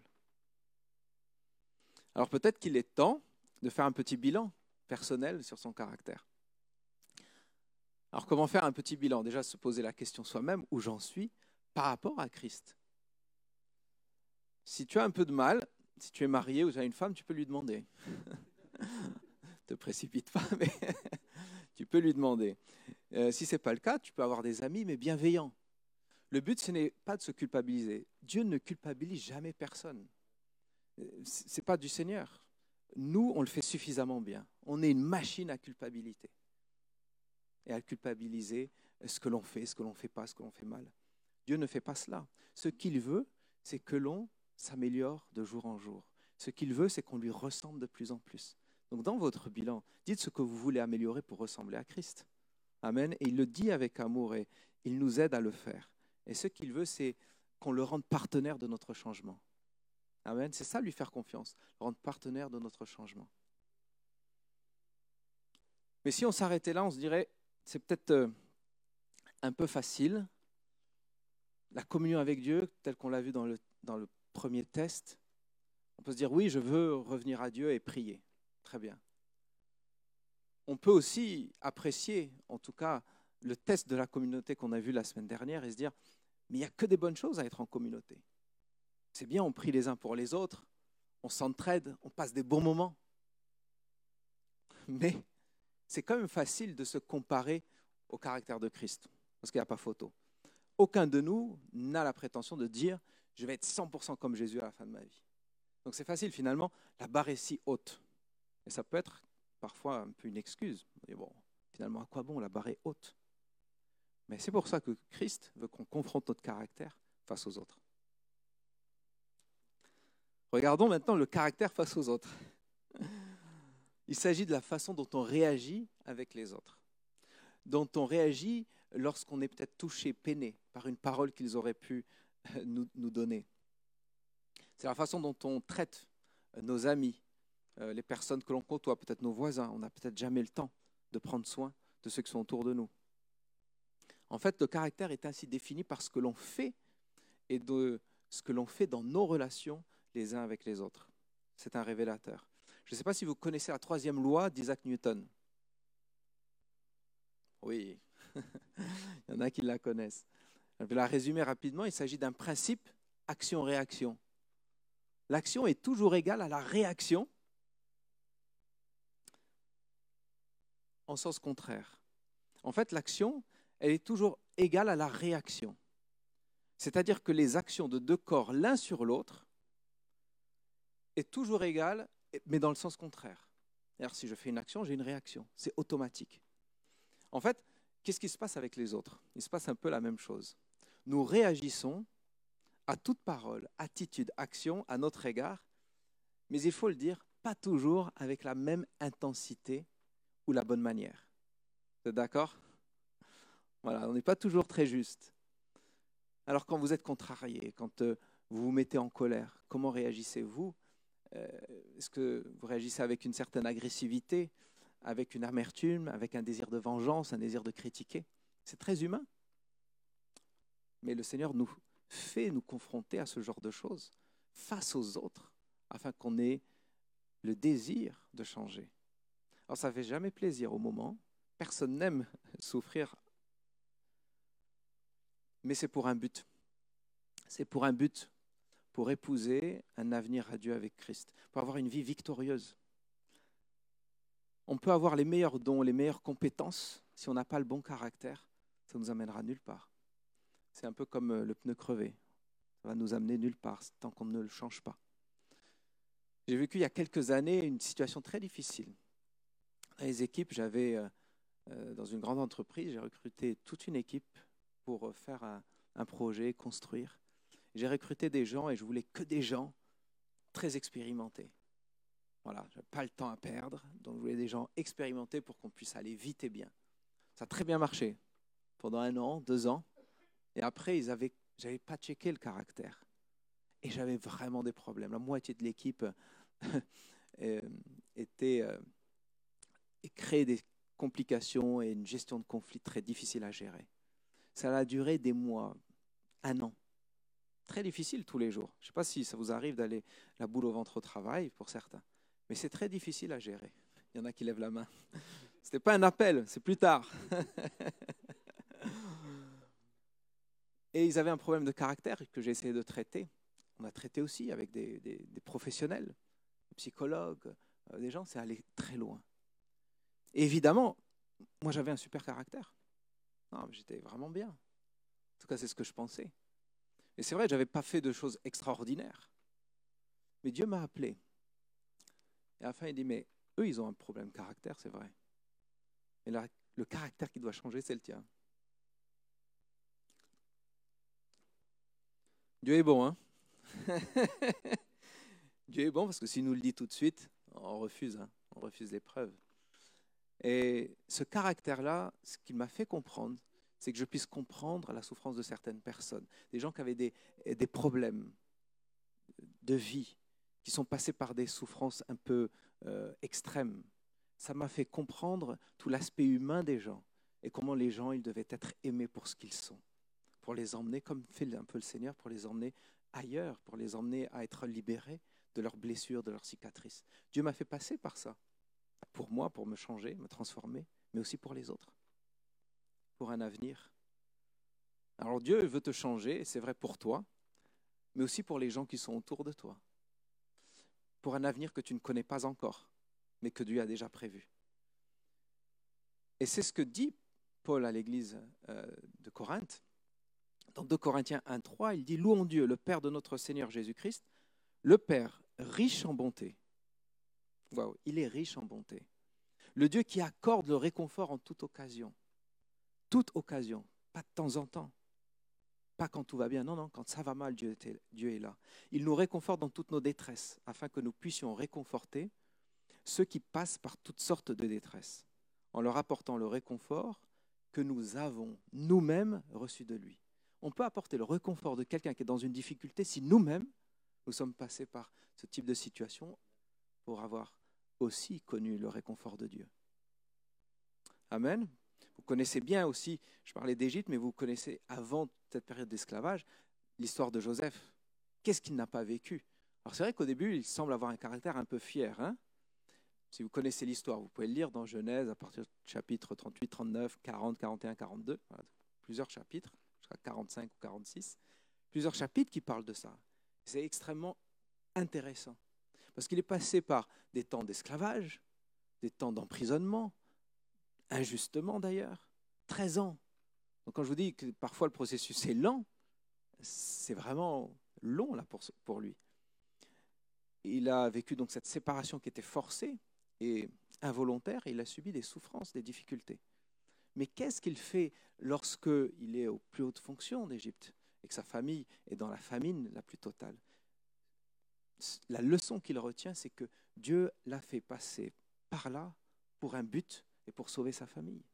Speaker 3: Alors peut-être qu'il est temps de faire un petit bilan personnel sur son caractère. Alors comment faire un petit bilan? Déjà se poser la question soi-même, où j'en suis par rapport à Christ. Si tu as un peu de mal, si tu es marié ou tu as une femme, tu peux lui demander. Ne te précipite pas, mais tu peux lui demander. Si ce n'est pas le cas, tu peux avoir des amis, mais bienveillants. Le but, ce n'est pas de se culpabiliser. Dieu ne culpabilise jamais personne. Ce n'est pas du Seigneur. Nous, on le fait suffisamment bien. On est une machine à culpabilité et à culpabiliser ce que l'on fait pas, ce que l'on fait mal. Dieu ne fait pas cela. Ce qu'il veut, c'est que l'on s'améliore de jour en jour. Ce qu'il veut, c'est qu'on lui ressemble de plus en plus. Donc dans votre bilan, dites ce que vous voulez améliorer pour ressembler à Christ. Amen. Et il le dit avec amour et il nous aide à le faire. Et ce qu'il veut, c'est qu'on le rende partenaire de notre changement. Amen. C'est ça, lui faire confiance, le rendre partenaire de notre changement. Mais si on s'arrêtait là, on se dirait, c'est peut-être un peu facile. La communion avec Dieu, telle qu'on l'a vu dans le premier test, on peut se dire, oui, je veux revenir à Dieu et prier. Très bien. On peut aussi apprécier, en tout cas, le test de la communauté qu'on a vu la semaine dernière et se dire, mais il n'y a que des bonnes choses à être en communauté. C'est bien, on prie les uns pour les autres, on s'entraide, on passe des bons moments. Mais c'est quand même facile de se comparer au caractère de Christ, parce qu'il n'y a pas photo. Aucun de nous n'a la prétention de dire « je vais être 100% comme Jésus à la fin de ma vie ». Donc c'est facile finalement, la barre est si haute. Et ça peut être parfois un peu une excuse. Et bon, finalement, à quoi bon, la barre est haute? Mais c'est pour ça que Christ veut qu'on confronte notre caractère face aux autres. Regardons maintenant le caractère face aux autres. Il s'agit de la façon dont on réagit avec les autres, dont on réagit lorsqu'on est peut-être touché, peiné par une parole qu'ils auraient pu nous donner. C'est la façon dont on traite nos amis, les personnes que l'on côtoie, peut-être nos voisins. On n'a peut-être jamais le temps de prendre soin de ceux qui sont autour de nous. En fait, le caractère est ainsi défini par ce que l'on fait et de ce que l'on fait dans nos relations les uns avec les autres. C'est un révélateur. Je ne sais pas si vous connaissez la 3e loi d'Isaac Newton. Oui, il y en a qui la connaissent. Je vais la résumer rapidement. Il s'agit d'un principe action-réaction. L'action est toujours égale à la réaction en sens contraire. En fait, l'action, elle est toujours égale à la réaction. C'est-à-dire que les actions de deux corps l'un sur l'autre est toujours égale, mais dans le sens contraire. Alors, si je fais une action, j'ai une réaction. C'est automatique. En fait, qu'est-ce qui se passe avec les autres? Il se passe un peu la même chose. Nous réagissons à toute parole, attitude, action à notre égard, mais il faut le dire, pas toujours avec la même intensité ou la bonne manière. Vous êtes d'accord? Voilà, on n'est pas toujours très juste. Alors quand vous êtes contrarié, quand vous vous mettez en colère, comment réagissez-vous? Est-ce que vous réagissez avec une certaine agressivité, avec une amertume, avec un désir de vengeance, un désir de critiquer? C'est très humain. Mais le Seigneur nous fait nous confronter à ce genre de choses face aux autres, afin qu'on ait le désir de changer. Alors ça ne fait jamais plaisir au moment, personne n'aime souffrir, mais c'est pour un but. C'est pour un but, pour épouser un avenir à Dieu avec Christ, pour avoir une vie victorieuse. On peut avoir les meilleurs dons, les meilleures compétences, si on n'a pas le bon caractère, ça ne nous amènera nulle part. C'est un peu comme le pneu crevé, ça va nous amener nulle part tant qu'on ne le change pas. J'ai vécu il y a quelques années une situation très difficile. Dans les équipes, dans une grande entreprise, j'ai recruté toute une équipe pour faire un projet, construire. J'ai recruté des gens et je voulais que des gens très expérimentés. Voilà, je n'avais pas le temps à perdre, donc je voulais des gens expérimentés pour qu'on puisse aller vite et bien. Ça a très bien marché pendant 1 an, 2 ans. Et après, j'avais pas checké le caractère. Et j'avais vraiment des problèmes. La moitié de l'équipe créait des complications et une gestion de conflits très difficile à gérer. Ça a duré des mois, 1 an. Très difficile tous les jours. Je ne sais pas si ça vous arrive d'aller la boule au ventre au travail pour certains. Mais c'est très difficile à gérer. Il y en a qui lèvent la main. Ce n'était pas un appel, c'est plus tard. Et ils avaient un problème de caractère que j'ai essayé de traiter. On a traité aussi avec des professionnels, des psychologues, des gens, c'est allé très loin. Et évidemment, moi j'avais un super caractère. Non, j'étais vraiment bien. En tout cas, c'est ce que je pensais. Et c'est vrai, je n'avais pas fait de choses extraordinaires. Mais Dieu m'a appelé. Et à la fin, il dit, mais eux, ils ont un problème de caractère, c'est vrai. Mais là, le caractère qui doit changer, c'est le tien. Dieu est bon, hein? Dieu est bon parce que s'il nous le dit tout de suite, on refuse l'épreuve. Et ce caractère-là, ce qu'il m'a fait comprendre, c'est que je puisse comprendre la souffrance de certaines personnes. Des gens qui avaient des problèmes de vie, qui sont passés par des souffrances un peu extrêmes. Ça m'a fait comprendre tout l'aspect humain des gens et comment les gens ils devaient être aimés pour ce qu'ils sont. Pour les emmener, comme fait un peu le Seigneur, pour les emmener ailleurs, pour les emmener à être libérés de leurs blessures, de leurs cicatrices. Dieu m'a fait passer par ça, pour moi, pour me changer, me transformer, mais aussi pour les autres, pour un avenir. Alors Dieu veut te changer, et c'est vrai pour toi, mais aussi pour les gens qui sont autour de toi, pour un avenir que tu ne connais pas encore, mais que Dieu a déjà prévu. Et c'est ce que dit Paul à l'église de Corinthe. Dans 2 Corinthiens 1,3, il dit « Louons Dieu, le Père de notre Seigneur Jésus-Christ, le Père riche en bonté. » Waouh, il est riche en bonté. Le Dieu qui accorde le réconfort en toute occasion. Toute occasion, pas de temps en temps. Pas quand tout va bien, non, quand ça va mal, Dieu est là. Il nous réconforte dans toutes nos détresses, afin que nous puissions réconforter ceux qui passent par toutes sortes de détresses, en leur apportant le réconfort que nous avons nous-mêmes reçu de lui. On peut apporter le réconfort de quelqu'un qui est dans une difficulté si nous-mêmes, nous sommes passés par ce type de situation pour avoir aussi connu le réconfort de Dieu. Amen. Vous connaissez bien aussi, je parlais d'Égypte, mais vous connaissez avant cette période d'esclavage, l'histoire de Joseph. Qu'est-ce qu'il n'a pas vécu? Alors c'est vrai qu'au début, il semble avoir un caractère un peu fier. Si vous connaissez l'histoire, vous pouvez le lire dans Genèse à partir du chapitre 38, 39, 40, 41, 42. Voilà, plusieurs chapitres, jusqu'à 45 ou 46. Plusieurs chapitres qui parlent de ça. C'est extrêmement intéressant. Parce qu'il est passé par des temps d'esclavage, des temps d'emprisonnement, injustement d'ailleurs, 13 ans. Donc quand je vous dis que parfois le processus est lent, c'est vraiment long là pour lui. Il a vécu donc cette séparation qui était forcée et involontaire, et il a subi des souffrances, des difficultés. Mais qu'est-ce qu'il fait lorsqu'il est aux plus hautes fonctions d'Égypte et que sa famille est dans la famine la plus totale? La leçon qu'il retient, c'est que Dieu l'a fait passer par là pour un but et pour sauver sa famille.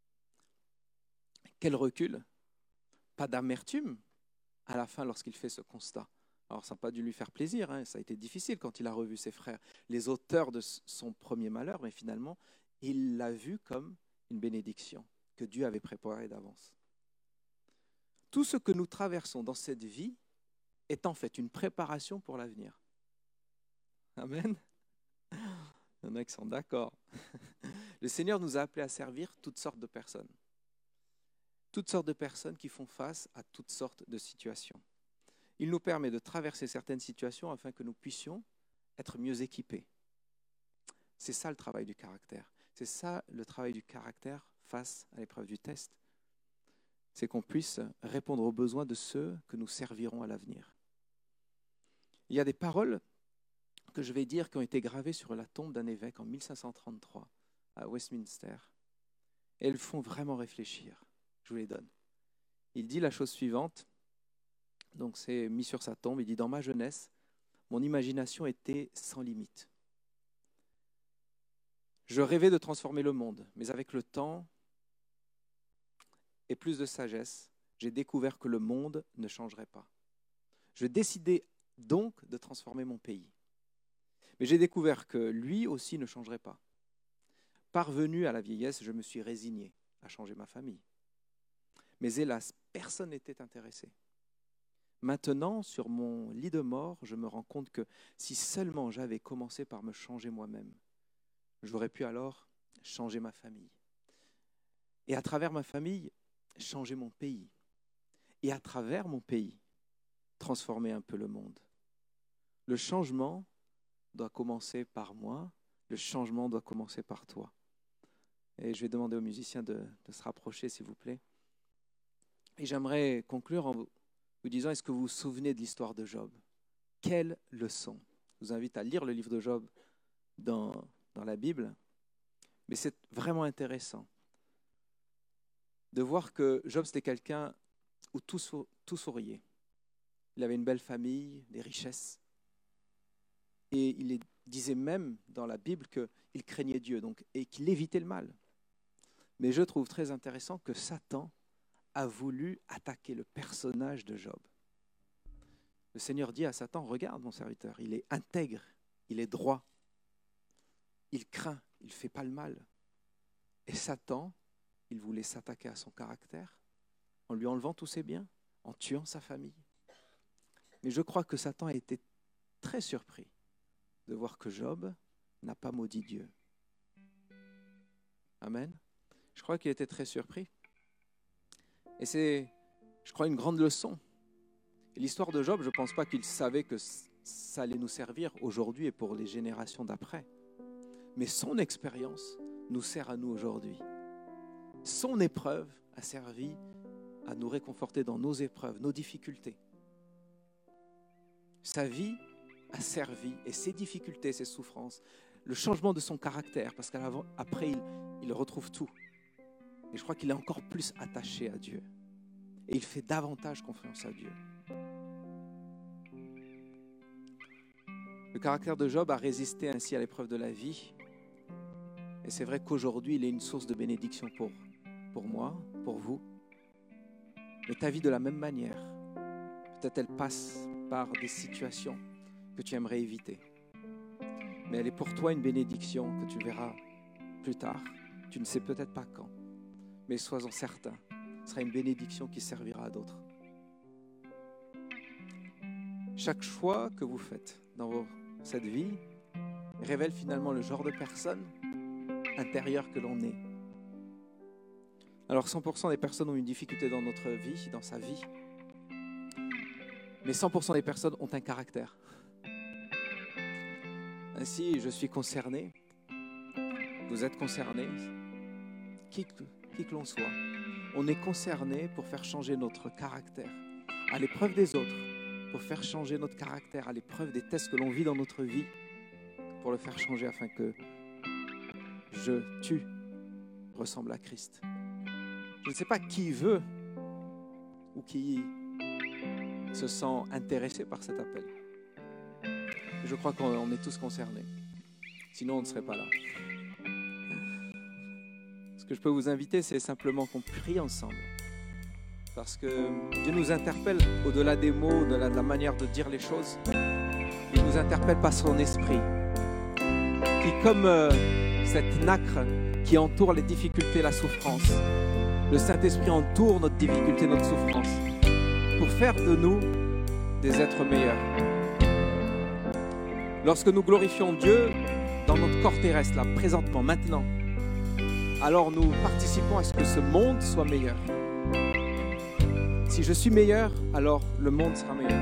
Speaker 3: Quel recul, pas d'amertume à la fin lorsqu'il fait ce constat. Alors ça n'a pas dû lui faire plaisir, ça a été difficile quand il a revu ses frères, les auteurs de son premier malheur, mais finalement, il l'a vu comme une bénédiction que Dieu avait préparée d'avance. Tout ce que nous traversons dans cette vie est en fait une préparation pour l'avenir. Amen. Il y en a qui sont d'accord. Le Seigneur nous a appelés à servir toutes sortes de personnes. Toutes sortes de personnes qui font face à toutes sortes de situations. Il nous permet de traverser certaines situations afin que nous puissions être mieux équipés. C'est ça le travail du caractère. C'est ça le travail du caractère face à l'épreuve du test. C'est qu'on puisse répondre aux besoins de ceux que nous servirons à l'avenir. Il y a des paroles que je vais dire qui ont été gravées sur la tombe d'un évêque en 1533. à Westminster. Et elles font vraiment réfléchir. Je vous les donne. Il dit la chose suivante. Donc c'est mis sur sa tombe. Il dit « Dans ma jeunesse, mon imagination était sans limite. Je rêvais de transformer le monde, mais avec le temps et plus de sagesse, j'ai découvert que le monde ne changerait pas. Je décidai donc de transformer mon pays. Mais j'ai découvert que lui aussi ne changerait pas. Parvenu à la vieillesse, je me suis résigné à changer ma famille. Mais hélas, personne n'était intéressé. Maintenant, sur mon lit de mort, je me rends compte que si seulement j'avais commencé par me changer moi-même, j'aurais pu alors changer ma famille. Et à travers ma famille, changer mon pays. Et à travers mon pays, transformer un peu le monde. Le changement doit commencer par moi, le changement doit commencer par toi. Et je vais demander aux musiciens de se rapprocher, s'il vous plaît. Et j'aimerais conclure en vous disant, est-ce que vous vous souvenez de l'histoire de Job? Quelle leçon! Je vous invite à lire le livre de Job dans la Bible. Mais c'est vraiment intéressant de voir que Job, c'était quelqu'un où tout souriait. Il avait une belle famille, des richesses. Et il disait même dans la Bible qu'il craignait Dieu et qu'il évitait le mal. Mais je trouve très intéressant que Satan a voulu attaquer le personnage de Job. Le Seigneur dit à Satan, regarde mon serviteur, il est intègre, il est droit, il craint, il ne fait pas le mal. Et Satan, il voulait s'attaquer à son caractère en lui enlevant tous ses biens, en tuant sa famille. Mais je crois que Satan a été très surpris de voir que Job n'a pas maudit Dieu. Amen. Je crois qu'il était très surpris. Et c'est, je crois, une grande leçon. Et l'histoire de Job, je ne pense pas qu'il savait que ça allait nous servir aujourd'hui et pour les générations d'après. Mais son expérience nous sert à nous aujourd'hui. Son épreuve a servi à nous réconforter dans nos épreuves, nos difficultés. Sa vie a servi, et ses difficultés, ses souffrances, le changement de son caractère, parce qu'après, il retrouve tout. Et je crois qu'il est encore plus attaché à Dieu. Et il fait davantage confiance à Dieu. Le caractère de Job a résisté ainsi à l'épreuve de la vie. Et c'est vrai qu'aujourd'hui, il est une source de bénédiction pour moi, pour vous. Mais ta vie de la même manière, peut-être elle passe par des situations que tu aimerais éviter. Mais elle est pour toi une bénédiction que tu verras plus tard. Tu ne sais peut-être pas quand. Mais sois-en certain, ce sera une bénédiction qui servira à d'autres. Chaque choix que vous faites dans cette vie révèle finalement le genre de personne intérieure que l'on est. Alors 100% des personnes ont une difficulté dans notre vie, dans sa vie. Mais 100% des personnes ont un caractère. Ainsi, je suis concerné. Vous êtes concerné. Qui que l'on soit. On est concerné pour faire changer notre caractère à l'épreuve des autres, pour faire changer notre caractère à l'épreuve des tests que l'on vit dans notre vie, pour le faire changer afin que tu ressembles à Christ. Je ne sais pas qui veut ou qui se sent intéressé par cet appel. Je crois qu'on est tous concernés. Sinon, on ne serait pas là. Ce que je peux vous inviter, c'est simplement qu'on prie ensemble. Parce que Dieu nous interpelle au-delà des mots, au-delà de la manière de dire les choses. Il nous interpelle par son esprit. Qui, comme cette nacre qui entoure les difficultés, la souffrance, le Saint-Esprit entoure notre difficulté, notre souffrance, pour faire de nous des êtres meilleurs. Lorsque nous glorifions Dieu dans notre corps terrestre, là, présentement, maintenant, alors nous participons à ce que ce monde soit meilleur. Si je suis meilleur, alors le monde sera meilleur.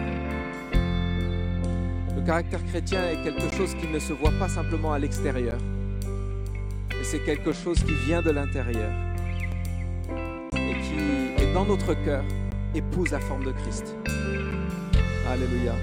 Speaker 3: Le caractère chrétien est quelque chose qui ne se voit pas simplement à l'extérieur, mais c'est quelque chose qui vient de l'intérieur et qui est dans notre cœur, épouse la forme de Christ. Alléluia.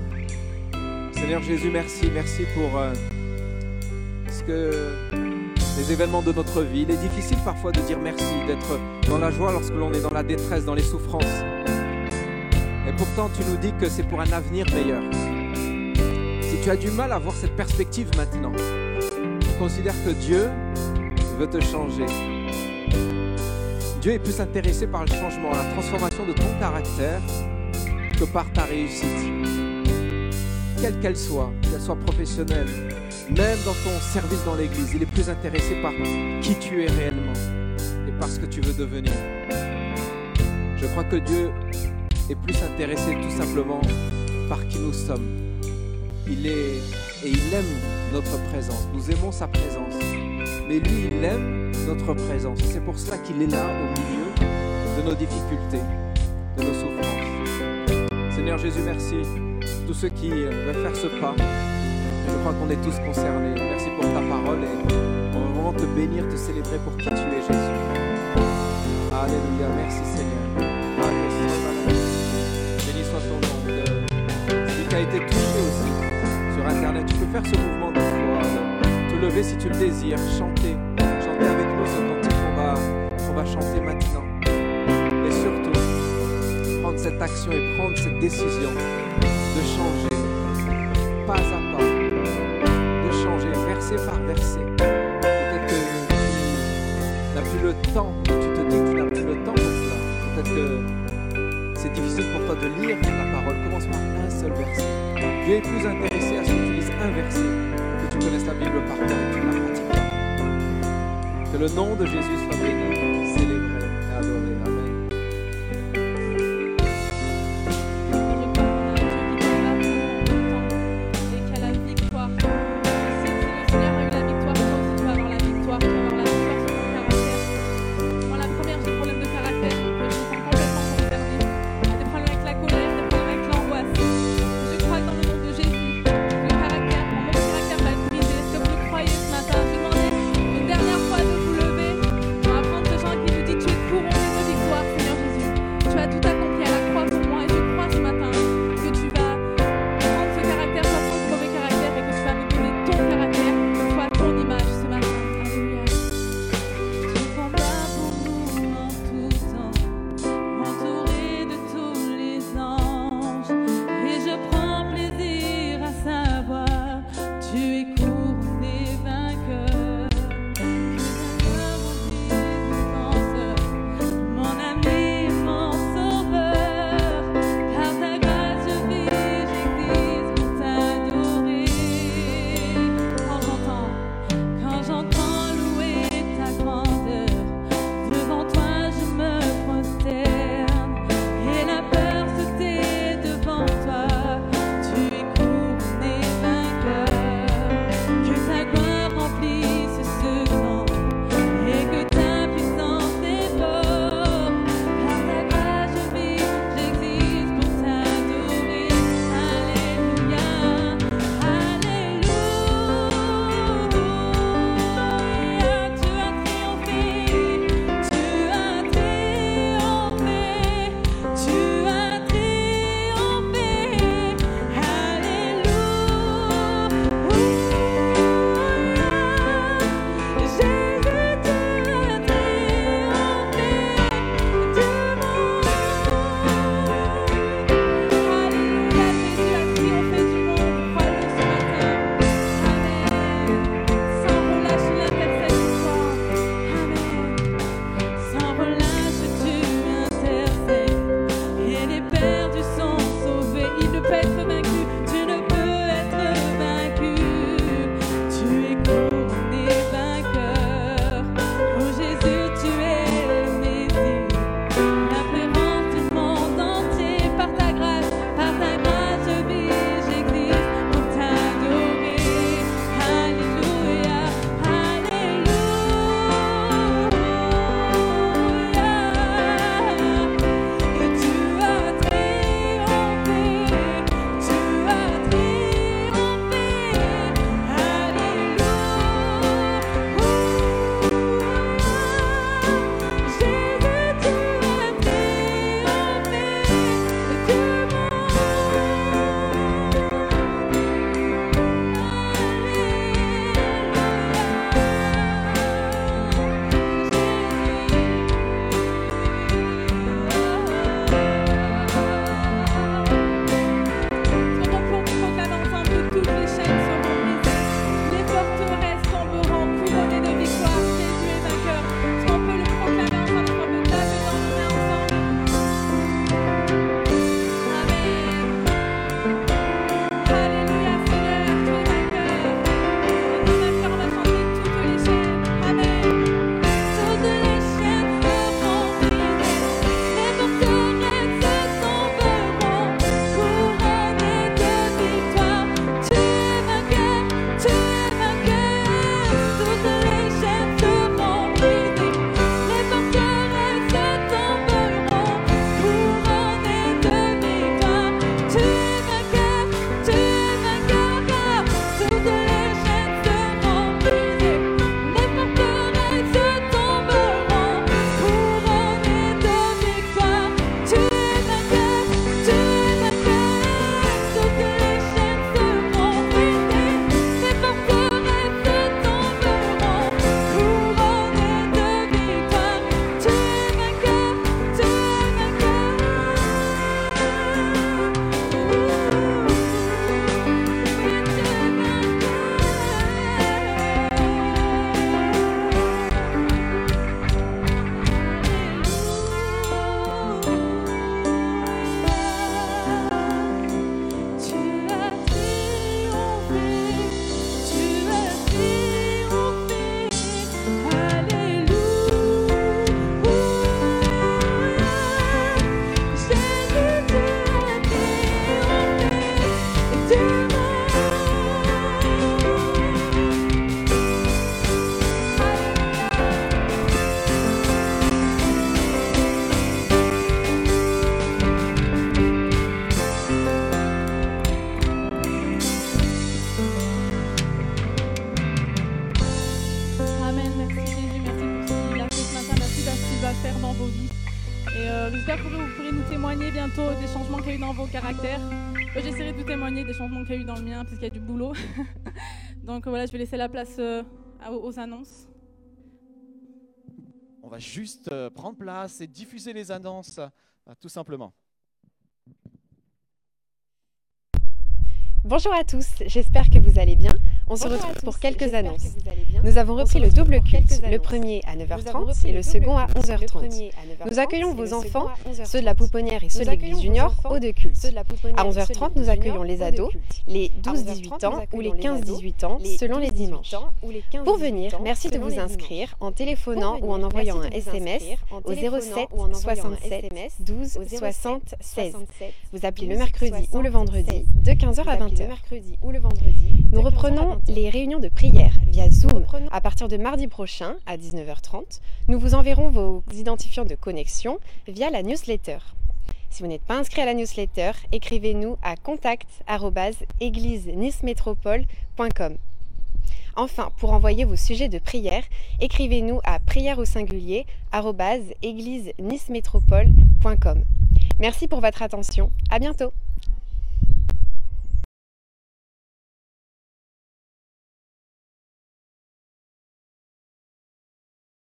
Speaker 3: Seigneur Jésus, merci pour ce que les événements de notre vie. Il est difficile parfois de dire merci, d'être dans la joie lorsque l'on est dans la détresse, dans les souffrances. Et pourtant, tu nous dis que c'est pour un avenir meilleur. Si tu as du mal à voir cette perspective maintenant, considère que Dieu veut te changer. Dieu est plus intéressé par le changement, la transformation de ton caractère que par ta réussite. Quelle qu'elle soit professionnelle, même dans ton service dans l'église, il est plus intéressé par qui tu es réellement et par ce que tu veux devenir. Je crois que Dieu est plus intéressé tout simplement par qui nous sommes. Il aime notre présence. Nous aimons sa présence. Mais lui, il aime notre présence. Et c'est pour cela qu'il est là au milieu de nos difficultés, de nos souffrances. Seigneur Jésus, merci. Tous ceux qui veulent faire ce pas, je crois qu'on est tous concernés. Merci pour ta parole et on va vraiment te bénir, te célébrer pour qui tu es, Jésus. Alléluia. Merci Seigneur. Béni soit ton nom. Celui qui a été touché aussi sur Internet, tu peux faire ce mouvement de foi, te lever si tu le désires, chanter avec nous ce cantique qu'on va chanter maintenant. Et surtout, prendre cette action et prendre cette décision de changer, pas à pas, de changer, verset par verset. Peut-être que tu n'as plus le temps, tu te dis que tu n'as plus le temps pour cela. Peut-être que c'est difficile pour toi de lire la parole. Commence par un seul verset. Dieu est plus intéressé à ce que tu lises un verset, que tu connaisses la Bible par cœur et que tu la pratiques. Que le nom de Jésus soit béni, célébré et adoré. Amen.
Speaker 1: Prendre va faire dans vos vies. Et j'espère que vous pourrez nous témoigner bientôt des changements qu'il y a eu dans vos caractères. Moi, j'essaierai de vous témoigner des changements qu'il y a eu dans le mien, parce qu'il y a du boulot. Donc voilà, je vais laisser la place aux annonces.
Speaker 2: On va juste prendre place et diffuser les annonces, tout simplement.
Speaker 4: Bonjour à tous, j'espère que vous allez bien. On se retrouve pour quelques annonces. Nous avons repris le double culte, le premier à 9h30 et le second à 11h30. Nous accueillons vos enfants, ceux de la pouponnière et ceux de l'église junior, aux deux cultes. À 11h30, nous accueillons les ados, les 12-18 ans ou les 15-18 ans, selon les dimanches. Pour venir, merci de vous inscrire en téléphonant ou en envoyant un SMS au 07 67 12 60 16. Vous appelez le mercredi ou le vendredi de 15h à 20h. Nous reprenons les réunions de prière via Zoom à partir de mardi prochain à 19h30. Nous vous enverrons vos identifiants de connexion via la newsletter. Si vous n'êtes pas inscrit à la newsletter, écrivez-nous à contact@église-nice-métropole.com. Enfin, pour envoyer vos sujets de prière, écrivez-nous à prière@église-nice-métropole.com. Merci pour votre attention. À bientôt.